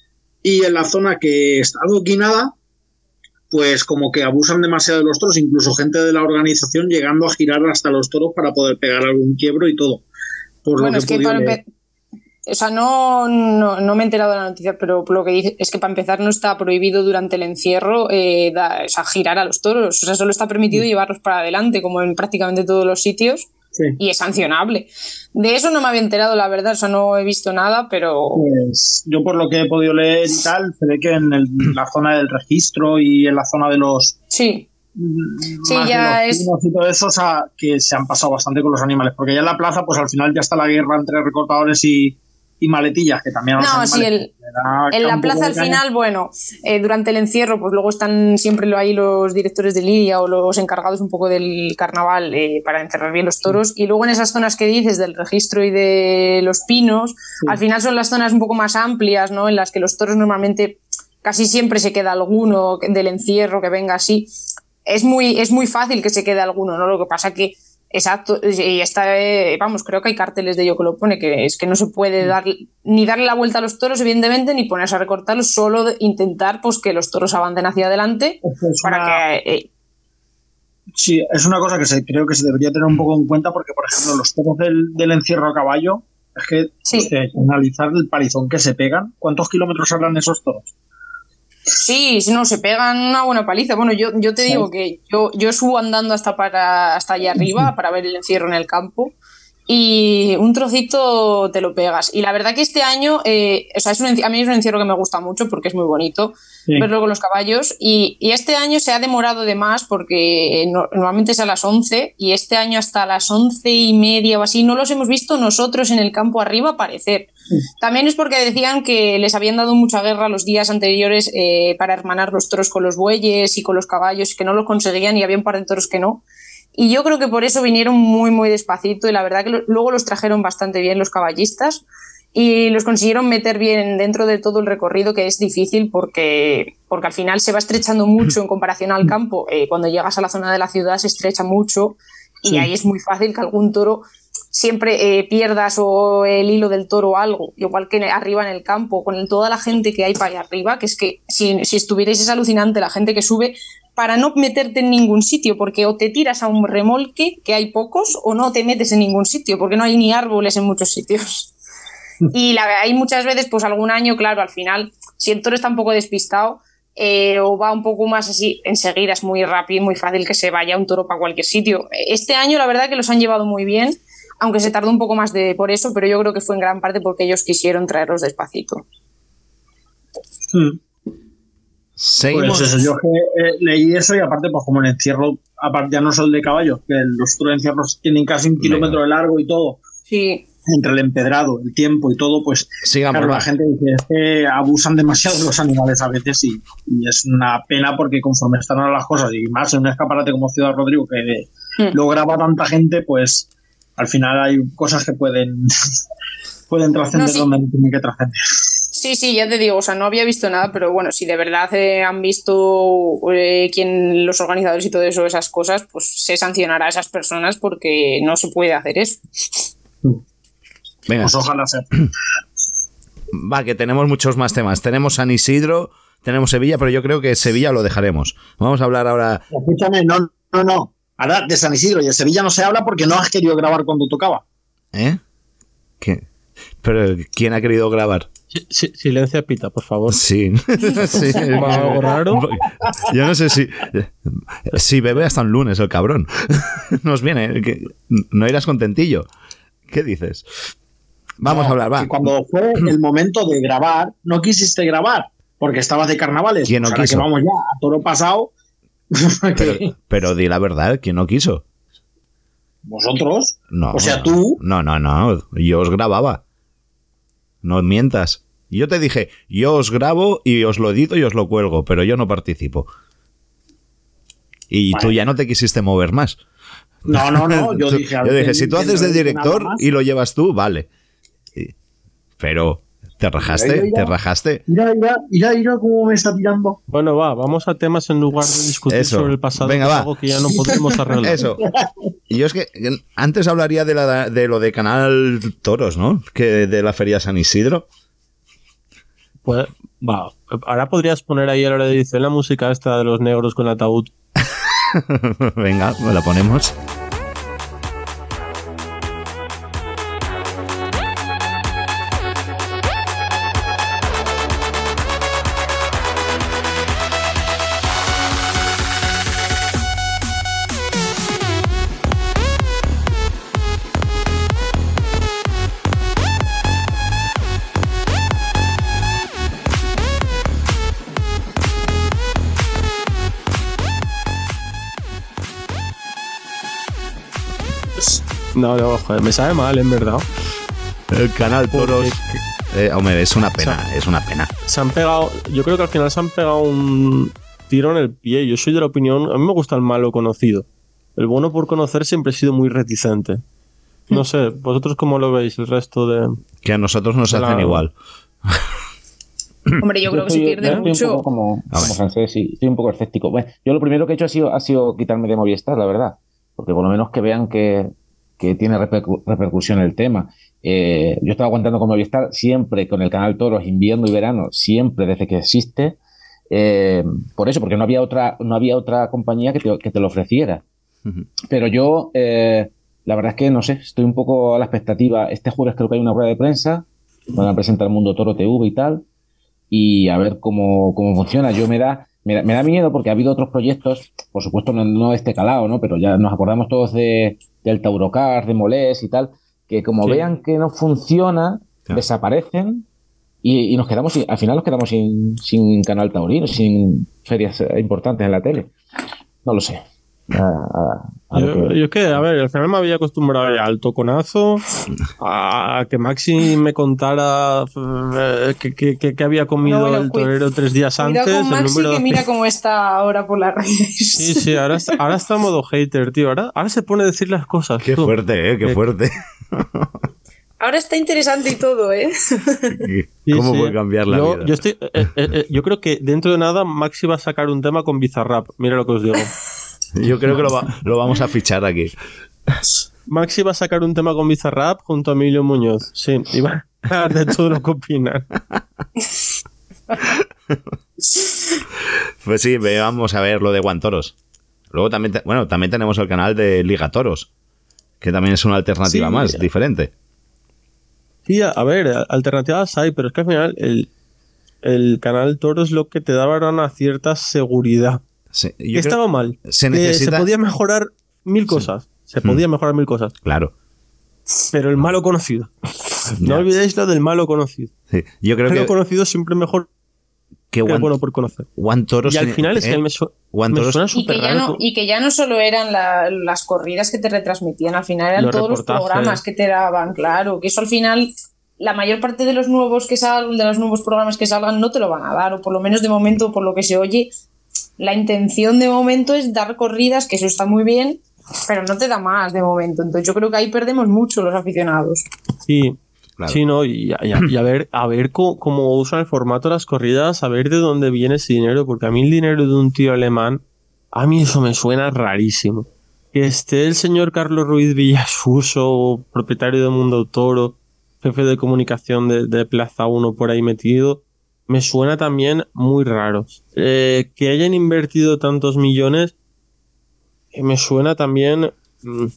y en la zona que está adoquinada, pues como que abusan demasiado de los toros, incluso gente de la organización llegando a girar hasta los toros para poder pegar algún quiebro y todo. Por Bueno, lo que es he que podido para leer. empe- o sea, no, no, no me he enterado de la noticia, pero lo que dice es que para empezar no está prohibido durante el encierro eh, da- o sea, girar a los toros, o sea, solo está permitido llevarlos para adelante, como en prácticamente todos los sitios, Sí. y es sancionable. De eso no me había enterado, la verdad, o sea, no he visto nada, pero... Pues yo por lo que he podido leer y tal, se ve que en el- la zona del registro y en la zona de los... Sí. Sí, más ya de los es... pinos y todo eso, o sea, que se han pasado bastante con los animales, porque ya en la plaza, pues al final ya está la guerra entre recortadores y, y maletillas, que también a los No, animales sí, el, les da en la un poco plaza de al caña. final, bueno, eh, durante el encierro, pues luego están siempre lo- ahí los directores de lidia o los encargados un poco del carnaval eh, para encerrar bien los toros, y luego en esas zonas que dices del registro y de los pinos, al final son las zonas un poco más amplias, ¿no? En las que los toros normalmente casi siempre se queda alguno del encierro que venga así. Es muy, es muy fácil que se quede alguno, ¿no? Lo que pasa que exacto, y está, eh, vamos, creo que hay carteles de ello que lo pone, que es que no se puede dar, ni darle la vuelta a los toros, evidentemente, ni ponerse a recortarlos, solo de intentar pues que los toros avancen hacia adelante Es para una- que... eh, Sí, es una cosa que se, creo que se debería tener un poco en cuenta, porque, por ejemplo, los toros del, del encierro a caballo, es que hostia, analizar el palizón que se pegan. ¿Cuántos kilómetros hablan esos toros? sí, si no, se pegan una buena paliza. Bueno, yo, yo te digo que yo, yo subo andando hasta, para, hasta allá arriba para ver el encierro en el campo, y un trocito te lo pegas. Y la verdad que este año, eh, o sea, es un, enci- a mí es un encierro que me gusta mucho porque es muy bonito Sí. verlo con los caballos, y, y este año se ha demorado de más porque no- normalmente es a las once, y este año hasta las once y media o así no los hemos visto nosotros en el campo arriba aparecer. También es porque decían que les habían dado mucha guerra los días anteriores eh, para hermanar los toros con los bueyes y con los caballos, que no lo conseguían, y había un par de toros que no. Y yo creo que por eso vinieron muy, muy despacito, y la verdad que lo- luego los trajeron bastante bien los caballistas y los consiguieron meter bien dentro de todo el recorrido, que es difícil porque, porque al final se va estrechando mucho en comparación al campo. Eh, cuando llegas a la zona de la ciudad se estrecha mucho, y Sí. ahí es muy fácil que algún toro siempre eh, pierdas o el hilo del toro o algo, igual que arriba en el campo, con el- toda la gente que hay para allá arriba, que es que si, si estuvierais es alucinante la gente que sube para no meterte en ningún sitio, porque o te tiras a un remolque, que hay pocos, o no te metes en ningún sitio, porque no hay ni árboles en muchos sitios. Y la, hay muchas veces, pues algún año, claro, al final, si el toro está un poco despistado, eh, o va un poco más así, enseguida es muy rápido, muy fácil que se vaya un toro para cualquier sitio. Este año la verdad que los han llevado muy bien, aunque se tardó un poco más de por eso, pero yo creo que fue en gran parte porque ellos quisieron traerlos despacito. Hmm. Seguimos. Pues eso, yo que, eh, leí eso, y aparte, pues como el encierro, aparte ya no son de caballos, que los toros de encierros tienen casi un kilómetro de largo y todo. Sí. Entre el empedrado, el tiempo y todo, pues Sigamos, claro, va. la gente dice es que abusan demasiado de los animales a veces, y, y es una pena, porque conforme están ahora las cosas, y más en un escaparate como Ciudad Rodrigo, que Mm. lo graba tanta gente, pues al final hay cosas que pueden pueden trascender No, sí. donde no tienen que trascender. Sí, sí, ya te digo, o sea, no había visto nada, pero bueno, si de verdad eh, han visto eh, quién, los organizadores y todo eso, esas cosas, pues se sancionará a esas personas, porque no se puede hacer eso. Venga. Pues ojalá sea. Va, que tenemos muchos más temas. Tenemos San Isidro, tenemos Sevilla, pero yo creo que Sevilla lo dejaremos. Vamos a hablar ahora. Escúchame, no, no, no. Ahora de San Isidro y de Sevilla no se habla porque no has querido grabar cuando tocaba. ¿Eh? ¿Qué? Pero ¿quién ha querido grabar? Si, silencia Pita, por favor. Sí. sí. ¿Algo raro? Yo no sé si... Si bebe hasta un lunes el cabrón. Nos viene. Que no irás contentillo. ¿Qué dices? Vamos no, a hablar, va. Cuando fue el momento de grabar, no quisiste grabar, porque estabas de carnavales. ¿Quién no pues ahora quiso? que vamos ya a toro pasado. Pero, pero di la verdad, ¿quién no quiso? ¿Vosotros? No. O sea, tú. No, no, no. Yo os grababa. No mientas. Yo te dije, yo os grabo y os lo edito y os lo cuelgo, pero yo no participo. Y vale. Tú ya no te quisiste mover más. No, no, no. Yo dije, yo dije si tú haces de director y lo llevas tú, vale. Pero te rajaste, mira, mira, te rajaste. Mira, mira, mira, mira cómo me está tirando. Bueno, va, vamos a temas en lugar de discutir Eso. sobre el pasado. Venga, va. Algo que ya no podremos arreglar. Eso. Y yo es que antes hablaría de, la, de lo de Canal Toros, ¿no? Que de la Feria San Isidro. Pues, va. Ahora podrías poner ahí a la hora de edición la música esta de los negros con ataúd. Venga, me la ponemos. No, no, joder, me sabe mal, en verdad. El Canal Toros. Eh, hombre, es una pena, o sea, es una pena. Se han pegado. Yo creo que al final se han pegado un tiro en el pie. Yo soy de la opinión. A mí me gusta el malo conocido. El bueno por conocer siempre he sido muy reticente. No sé, ¿vosotros cómo lo veis el resto de.? Que a nosotros nos hacen la... igual. Hombre, yo, yo creo que estoy, se pierde yo mucho. Estoy un poco como, como francés, sí, estoy un poco escéptico. Bueno, yo lo primero que he hecho ha sido, ha sido quitarme de Movistar, la verdad. Porque por lo menos que vean que, que tiene repercu- repercusión el tema. Eh, yo estaba aguantando con Movistar siempre con el Canal Toros, invierno y verano, siempre desde que existe. Eh, por eso, porque no había otra, no había otra compañía que te, que te lo ofreciera. Uh-huh. Pero yo, eh, la verdad es que no sé, estoy un poco a la expectativa. Este jueves creo que hay una rueda de prensa, van a presentar Mundo Toro T V y tal. Y a ver cómo, cómo funciona. Yo me da, me da, me da miedo porque ha habido otros proyectos, por supuesto no, no de este calado, ¿no? Pero ya nos acordamos todos de, del Taurocar, de Molés y tal, que como sí. vean que no funciona, sí. desaparecen y, y nos quedamos sin, al final nos quedamos sin, sin canal taurino, sin ferias importantes en la tele. No lo sé. A, a, a yo, que... yo es que, a ver, al final me había acostumbrado ya al toconazo, a que Maxi me contara eh, que, que, que, que había comido no, bueno, el torero cu- tres días antes. Con Maxi, el número... que mira cómo está ahora por las redes. Sí, sí, ahora está, ahora está en modo hater, tío. Ahora, ahora se pone a decir las cosas. Qué tú. fuerte, eh, qué fuerte. Ahora está interesante y todo, ¿eh? ¿Cómo sí, sí. puede cambiar la yo, vida? Yo, estoy, eh, eh, yo creo que dentro de nada Maxi va a sacar un tema con Bizarrap. Mira lo que os digo. Yo creo que lo, va, lo vamos a fichar aquí. Maxi va a sacar un tema con Bizarrap junto a Emilio Muñoz. Sí, y va a hablar de todo lo que opinan. Pues sí, vamos a ver lo de Guantoros. Luego también, te, bueno, también tenemos el canal de Liga Toros, que también es una alternativa sí, más, diferente. Sí, a ver, alternativas hay, pero es que al final el, el canal Toro es lo que te daba una cierta seguridad. Sí, que estaba mal. Se, necesita... se podía mejorar mil cosas. Sí. Se podía mm. mejorar mil cosas. Claro. Pero el malo conocido. No ya. olvidéis lo del malo conocido. Sí. Yo creo el malo que... conocido siempre mejor que, que one... bueno por conocer. Toros y al final eh, es que me, su... me suena súper raro. No, y que ya no solo eran la, las corridas que te retransmitían, al final eran los todos los programas que te daban, claro. Que eso al final... La mayor parte de los nuevos que salgan, de los nuevos programas que salgan, no te lo van a dar, o por lo menos de momento, por lo que se oye, la intención de momento es dar corridas, que eso está muy bien, pero no te da más de momento. Entonces yo creo que ahí perdemos mucho los aficionados. Sí, claro. Sí, no, y, y, y a ver, a ver cómo, cómo usan el formato de las corridas, a ver de dónde viene ese dinero, porque a mí el dinero de un tío alemán, a mí eso me suena rarísimo. Que esté el señor Carlos Ruiz Villasuso, propietario de Mundo Toro, jefe de comunicación de, de Plaza uno por ahí metido, me suena también muy raro. Eh, que hayan invertido tantos millones, eh, me suena también... Mmm,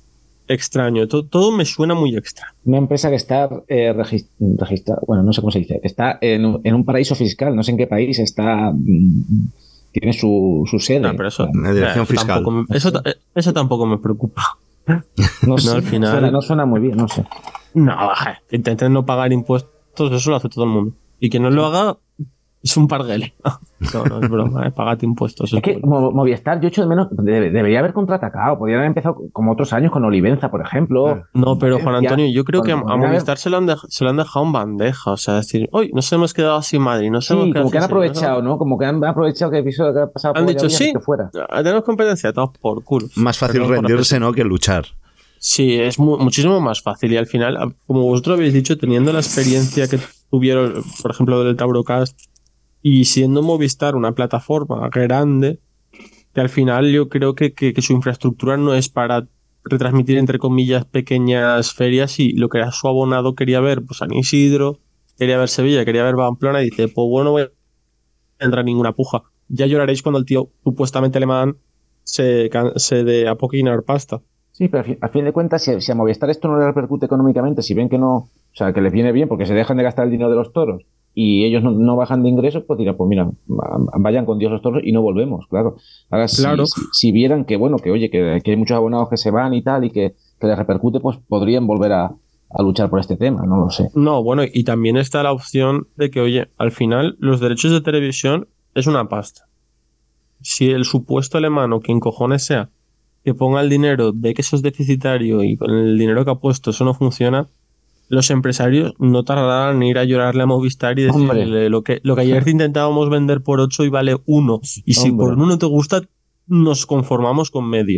extraño. Todo, todo me suena muy extraño. Una empresa que está eh, regist- registrada, bueno, no sé cómo se dice, que está en un, en un paraíso fiscal, no sé en qué país está, mmm, tiene su, su sede. No, pero eso, la dirección eh, fiscal. Tampoco me, eso, eso tampoco me preocupa. No, sé, no, al final, suena, no suena muy bien, no sé. No, baja, que intenten no pagar impuestos, eso lo hace todo el mundo. Y que no lo haga es un parguele. No, no es broma, eh, pagate impuestos. Es, es que bueno. Movistar, yo echo de menos, debe, debería haber contraatacado. Podrían haber empezado como otros años con Olivenza, por ejemplo. No, pero Juan Antonio, yo creo que a, a Movistar haber... se, lo han dej- se lo han dejado en bandeja. O sea, decir, hoy nos hemos quedado sin Madrid. Nos hemos sí, quedado como que han sin aprovechado, ¿no? Como que han aprovechado que el episodio que ha pasado Han por dicho, sí, que fuera. tenemos competencia, todos por culo. Más fácil Perdón por rendirse, hacer- ¿no? Que luchar. Sí, es mu- muchísimo más fácil. Y al final, como vosotros habéis dicho, teniendo la experiencia que tuvieron, por ejemplo, del Taurocast, y siendo Movistar una plataforma grande, que al final yo creo que, que, que su infraestructura no es para retransmitir, entre comillas, pequeñas ferias, y lo que era su abonado quería ver, pues San Isidro, quería ver Sevilla, quería ver Pamplona, y dice, pues bueno, no voy a entrar en ninguna puja. Ya lloraréis cuando el tío supuestamente alemán se, can- se dé a poquinar pasta. Sí, pero a fin, a fin de cuentas, si, si a Movistar esto no le repercute económicamente, si ven que no, o sea, que les viene bien porque se dejan de gastar el dinero de los toros y ellos no, no bajan de ingresos, pues dirán, pues mira, vayan con Dios los toros y no volvemos, claro. Ahora, Claro. Si, si, si vieran que, bueno, que oye, que, que hay muchos abonados que se van y tal y que, que les repercute, pues podrían volver a, a luchar por este tema, no lo sé. No, bueno, y también está la opción de que, oye, al final los derechos de televisión es una pasta. Si el supuesto alemán o quien cojones sea que ponga el dinero, ve que eso es deficitario y con el dinero que ha puesto eso no funciona, los empresarios no tardarán en ir a llorarle a Movistar y decirle Hombre. lo que, lo que ayer te intentábamos vender por ocho y vale uno. Y si Hombre. por uno no te gusta, nos conformamos con medio.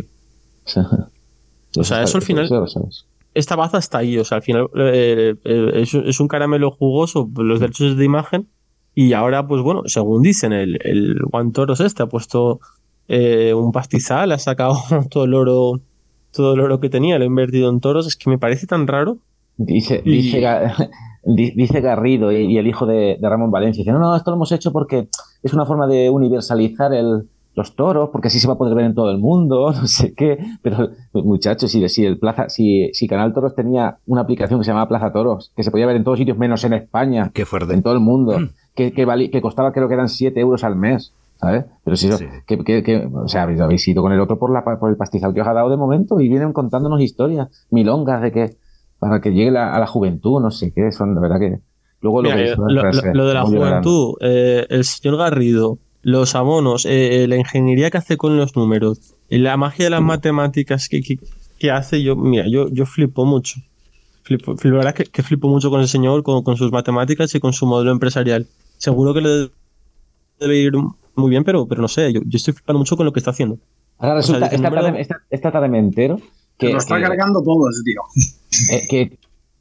O sea, eso al final... Eso lo sabes. Esta baza está ahí, o sea, al final eh, eh, es, es un caramelo jugoso, los derechos de imagen, y ahora, pues bueno, según dicen, el, el Juan Toros este ha puesto eh, un pastizal, ha sacado todo el oro, todo el oro que tenía, lo ha invertido en toros, es que me parece tan raro. Dice, Y- dice, Ga- di- dice Garrido y, y el hijo de, de Ramón Valencia, dice, no, no, esto lo hemos hecho porque es una forma de universalizar el, los toros, porque así se va a poder ver en todo el mundo, no sé qué, pero muchachos, si, si el Plaza, si, si Canal Toros tenía una aplicación que se llamaba Plaza Toros, que se podía ver en todos sitios menos en España, Qué fuerte. en todo el mundo, que, que, vali- que costaba creo que eran siete euros al mes, ¿sabes? Pero si eso, Sí. que, que, que, o sea, habéis, habéis ido con el otro por, la, por el pastizal que os ha dado de momento y vienen contándonos historias, milongas de que para que llegue la, a la juventud, no sé qué, son de verdad que... Luego lo, Mira, que eh, lo, lo- lo de la juventud, eh, el señor Garrido, los abonos, eh, eh, la ingeniería que hace con los números, eh, la magia de las matemáticas que, que, que hace, yo, mira, yo, yo flipo mucho. Flipo, la verdad que, que flipo mucho con el señor, con, con sus matemáticas y con su modelo empresarial. Seguro que le debe ir muy bien, pero, pero no sé, yo, yo estoy flipando mucho con lo que está haciendo. Ahora O sea, resulta, dice, esta, número- tarde, esta, esta tarde me entero que, Que lo está que, cargando todo ese tío. eh, que,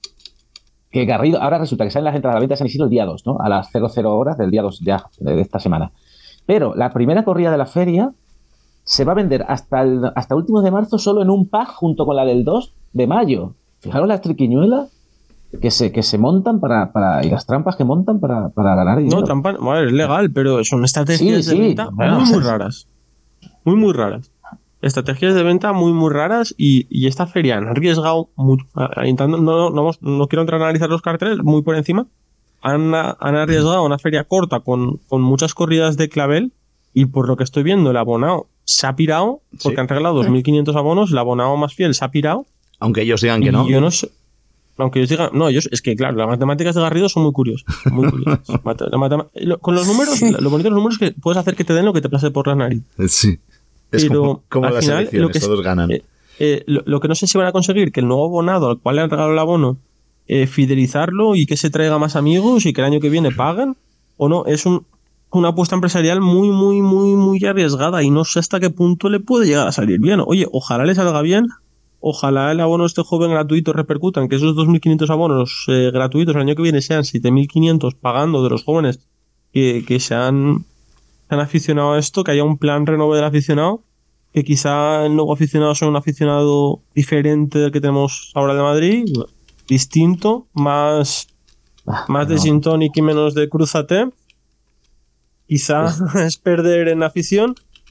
que Garrido, ahora resulta que salen las entradas a la venta de San Isidro el día dos, ¿no? A las cero cero horas del día dos ya, de esta semana. Pero la primera corrida de la feria se va a vender hasta el, hasta últimos de marzo solo en un pack junto con la del dos de mayo. Fijaros las triquiñuelas que se, que se montan para, para, y las trampas que montan para, para ganar dinero. No, trampa, bueno, es legal, pero son estrategias Sí, de sí, venta bueno, muy, muy o sea, raras. Muy, muy raras. Estrategias de venta muy, muy raras y, y esta feria han arriesgado mucho. ah, intentando- No, no, vamos- no quiero entrar a analizar los carteles muy por encima. Han, han arriesgado una feria corta con, con muchas corridas de clavel y por lo que estoy viendo el abonado se ha pirado porque Sí. han regalado dos mil quinientos abonos, el abonado más fiel se ha pirado. Aunque ellos digan Y que no. yo no sé. Aunque ellos digan, no, ellos, es que claro, las matemáticas de Garrido son muy curiosas. Muy curiosas. Mate- la matema- lo- con los números, lo bonito de los números es que puedes hacer que te den lo que te pase por la nariz. Sí. Es Pero como, como al las final, elecciones, lo que es- todos ganan. Eh, eh, lo, lo que no sé si van a conseguir que el nuevo abonado al cual le han regalado el abono, eh, fidelizarlo y que se traiga más amigos y que el año que viene paguen, o no, es un, una apuesta empresarial muy, muy, muy, muy arriesgada y no sé hasta qué punto le puede llegar a salir bien. Oye, ojalá le salga bien, ojalá el abono este joven gratuito repercutan, que esos dos mil quinientos abonos eh, gratuitos el año que viene sean siete mil quinientos pagando de los jóvenes que, que se han, se han aficionado a esto, que haya un plan renove del aficionado, que quizá el nuevo aficionado sea un aficionado diferente del que tenemos ahora de Madrid, distinto, más, más de no. gin tonic y menos de cruzate. Quizá es perder en afición,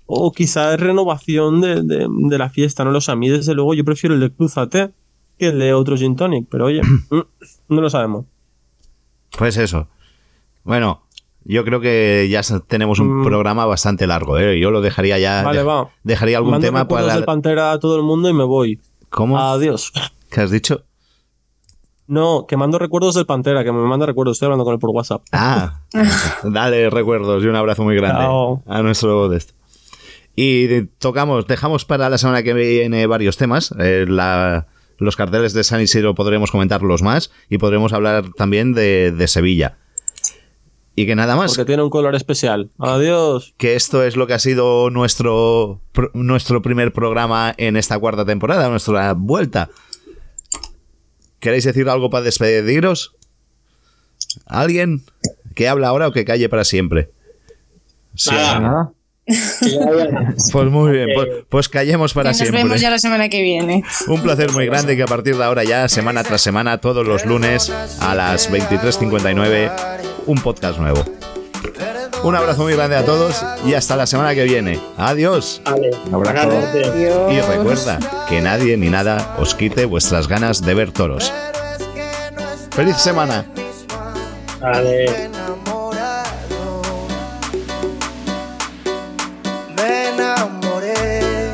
o quizás renovación de, de, de la fiesta, no lo sé. A mí, desde luego, yo prefiero el de Cruzate que el de otro Gin Tonic, pero oye, no lo sabemos. Pues eso. Bueno, yo creo que ya tenemos un mm. programa bastante largo, ¿eh? Yo lo dejaría ya. Vale, va. Dejaría algún Mando tema para. del Pantera a todo el mundo y me voy. ¿Cómo? Adiós. ¿Qué has dicho? No, que mando recuerdos del Pantera, que me manda recuerdos. Estoy hablando con él por WhatsApp. Ah, dale recuerdos y un abrazo muy grande Chao. a nuestro de esto. Y tocamos, dejamos para la semana que viene varios temas. Eh, la, los carteles de San Isidro podremos comentarlos más y podremos hablar también de, de Sevilla. Y que nada más. Porque tiene un color especial. Adiós. Que esto es lo que ha sido nuestro, nuestro primer programa en esta cuarta temporada, nuestra vuelta. ¿Queréis decir algo para despediros? ¿Alguien? ¿Que habla ahora o que calle para siempre? Sí, nada. Pues muy bien, pues, pues callemos para Nos siempre. Nos vemos ya la semana que viene. Un placer muy grande que a partir de ahora ya, semana tras semana, todos los lunes a las veintitrés cincuenta y nueve, un podcast nuevo. Un abrazo muy grande a todos y hasta la semana que viene. Adiós. Vale, un abrazo. Adiós. Y recuerda que nadie ni nada os quite vuestras ganas de ver toros. ¡Feliz semana! Vale. Me enamoré,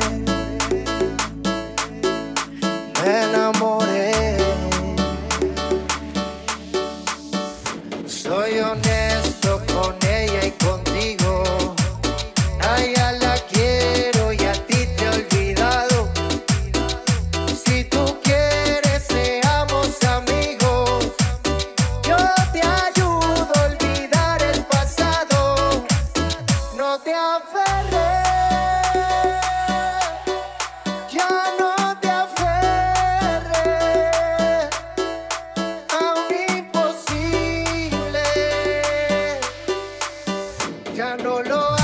me enamoré. Soy honesto con ella y contigo. A ella la quiero y a ti te he olvidado. Si tú quieres seamos amigos. Yo te ayudo a olvidar el pasado. No te aferres, ya no te aferres a un imposible. Ya no lo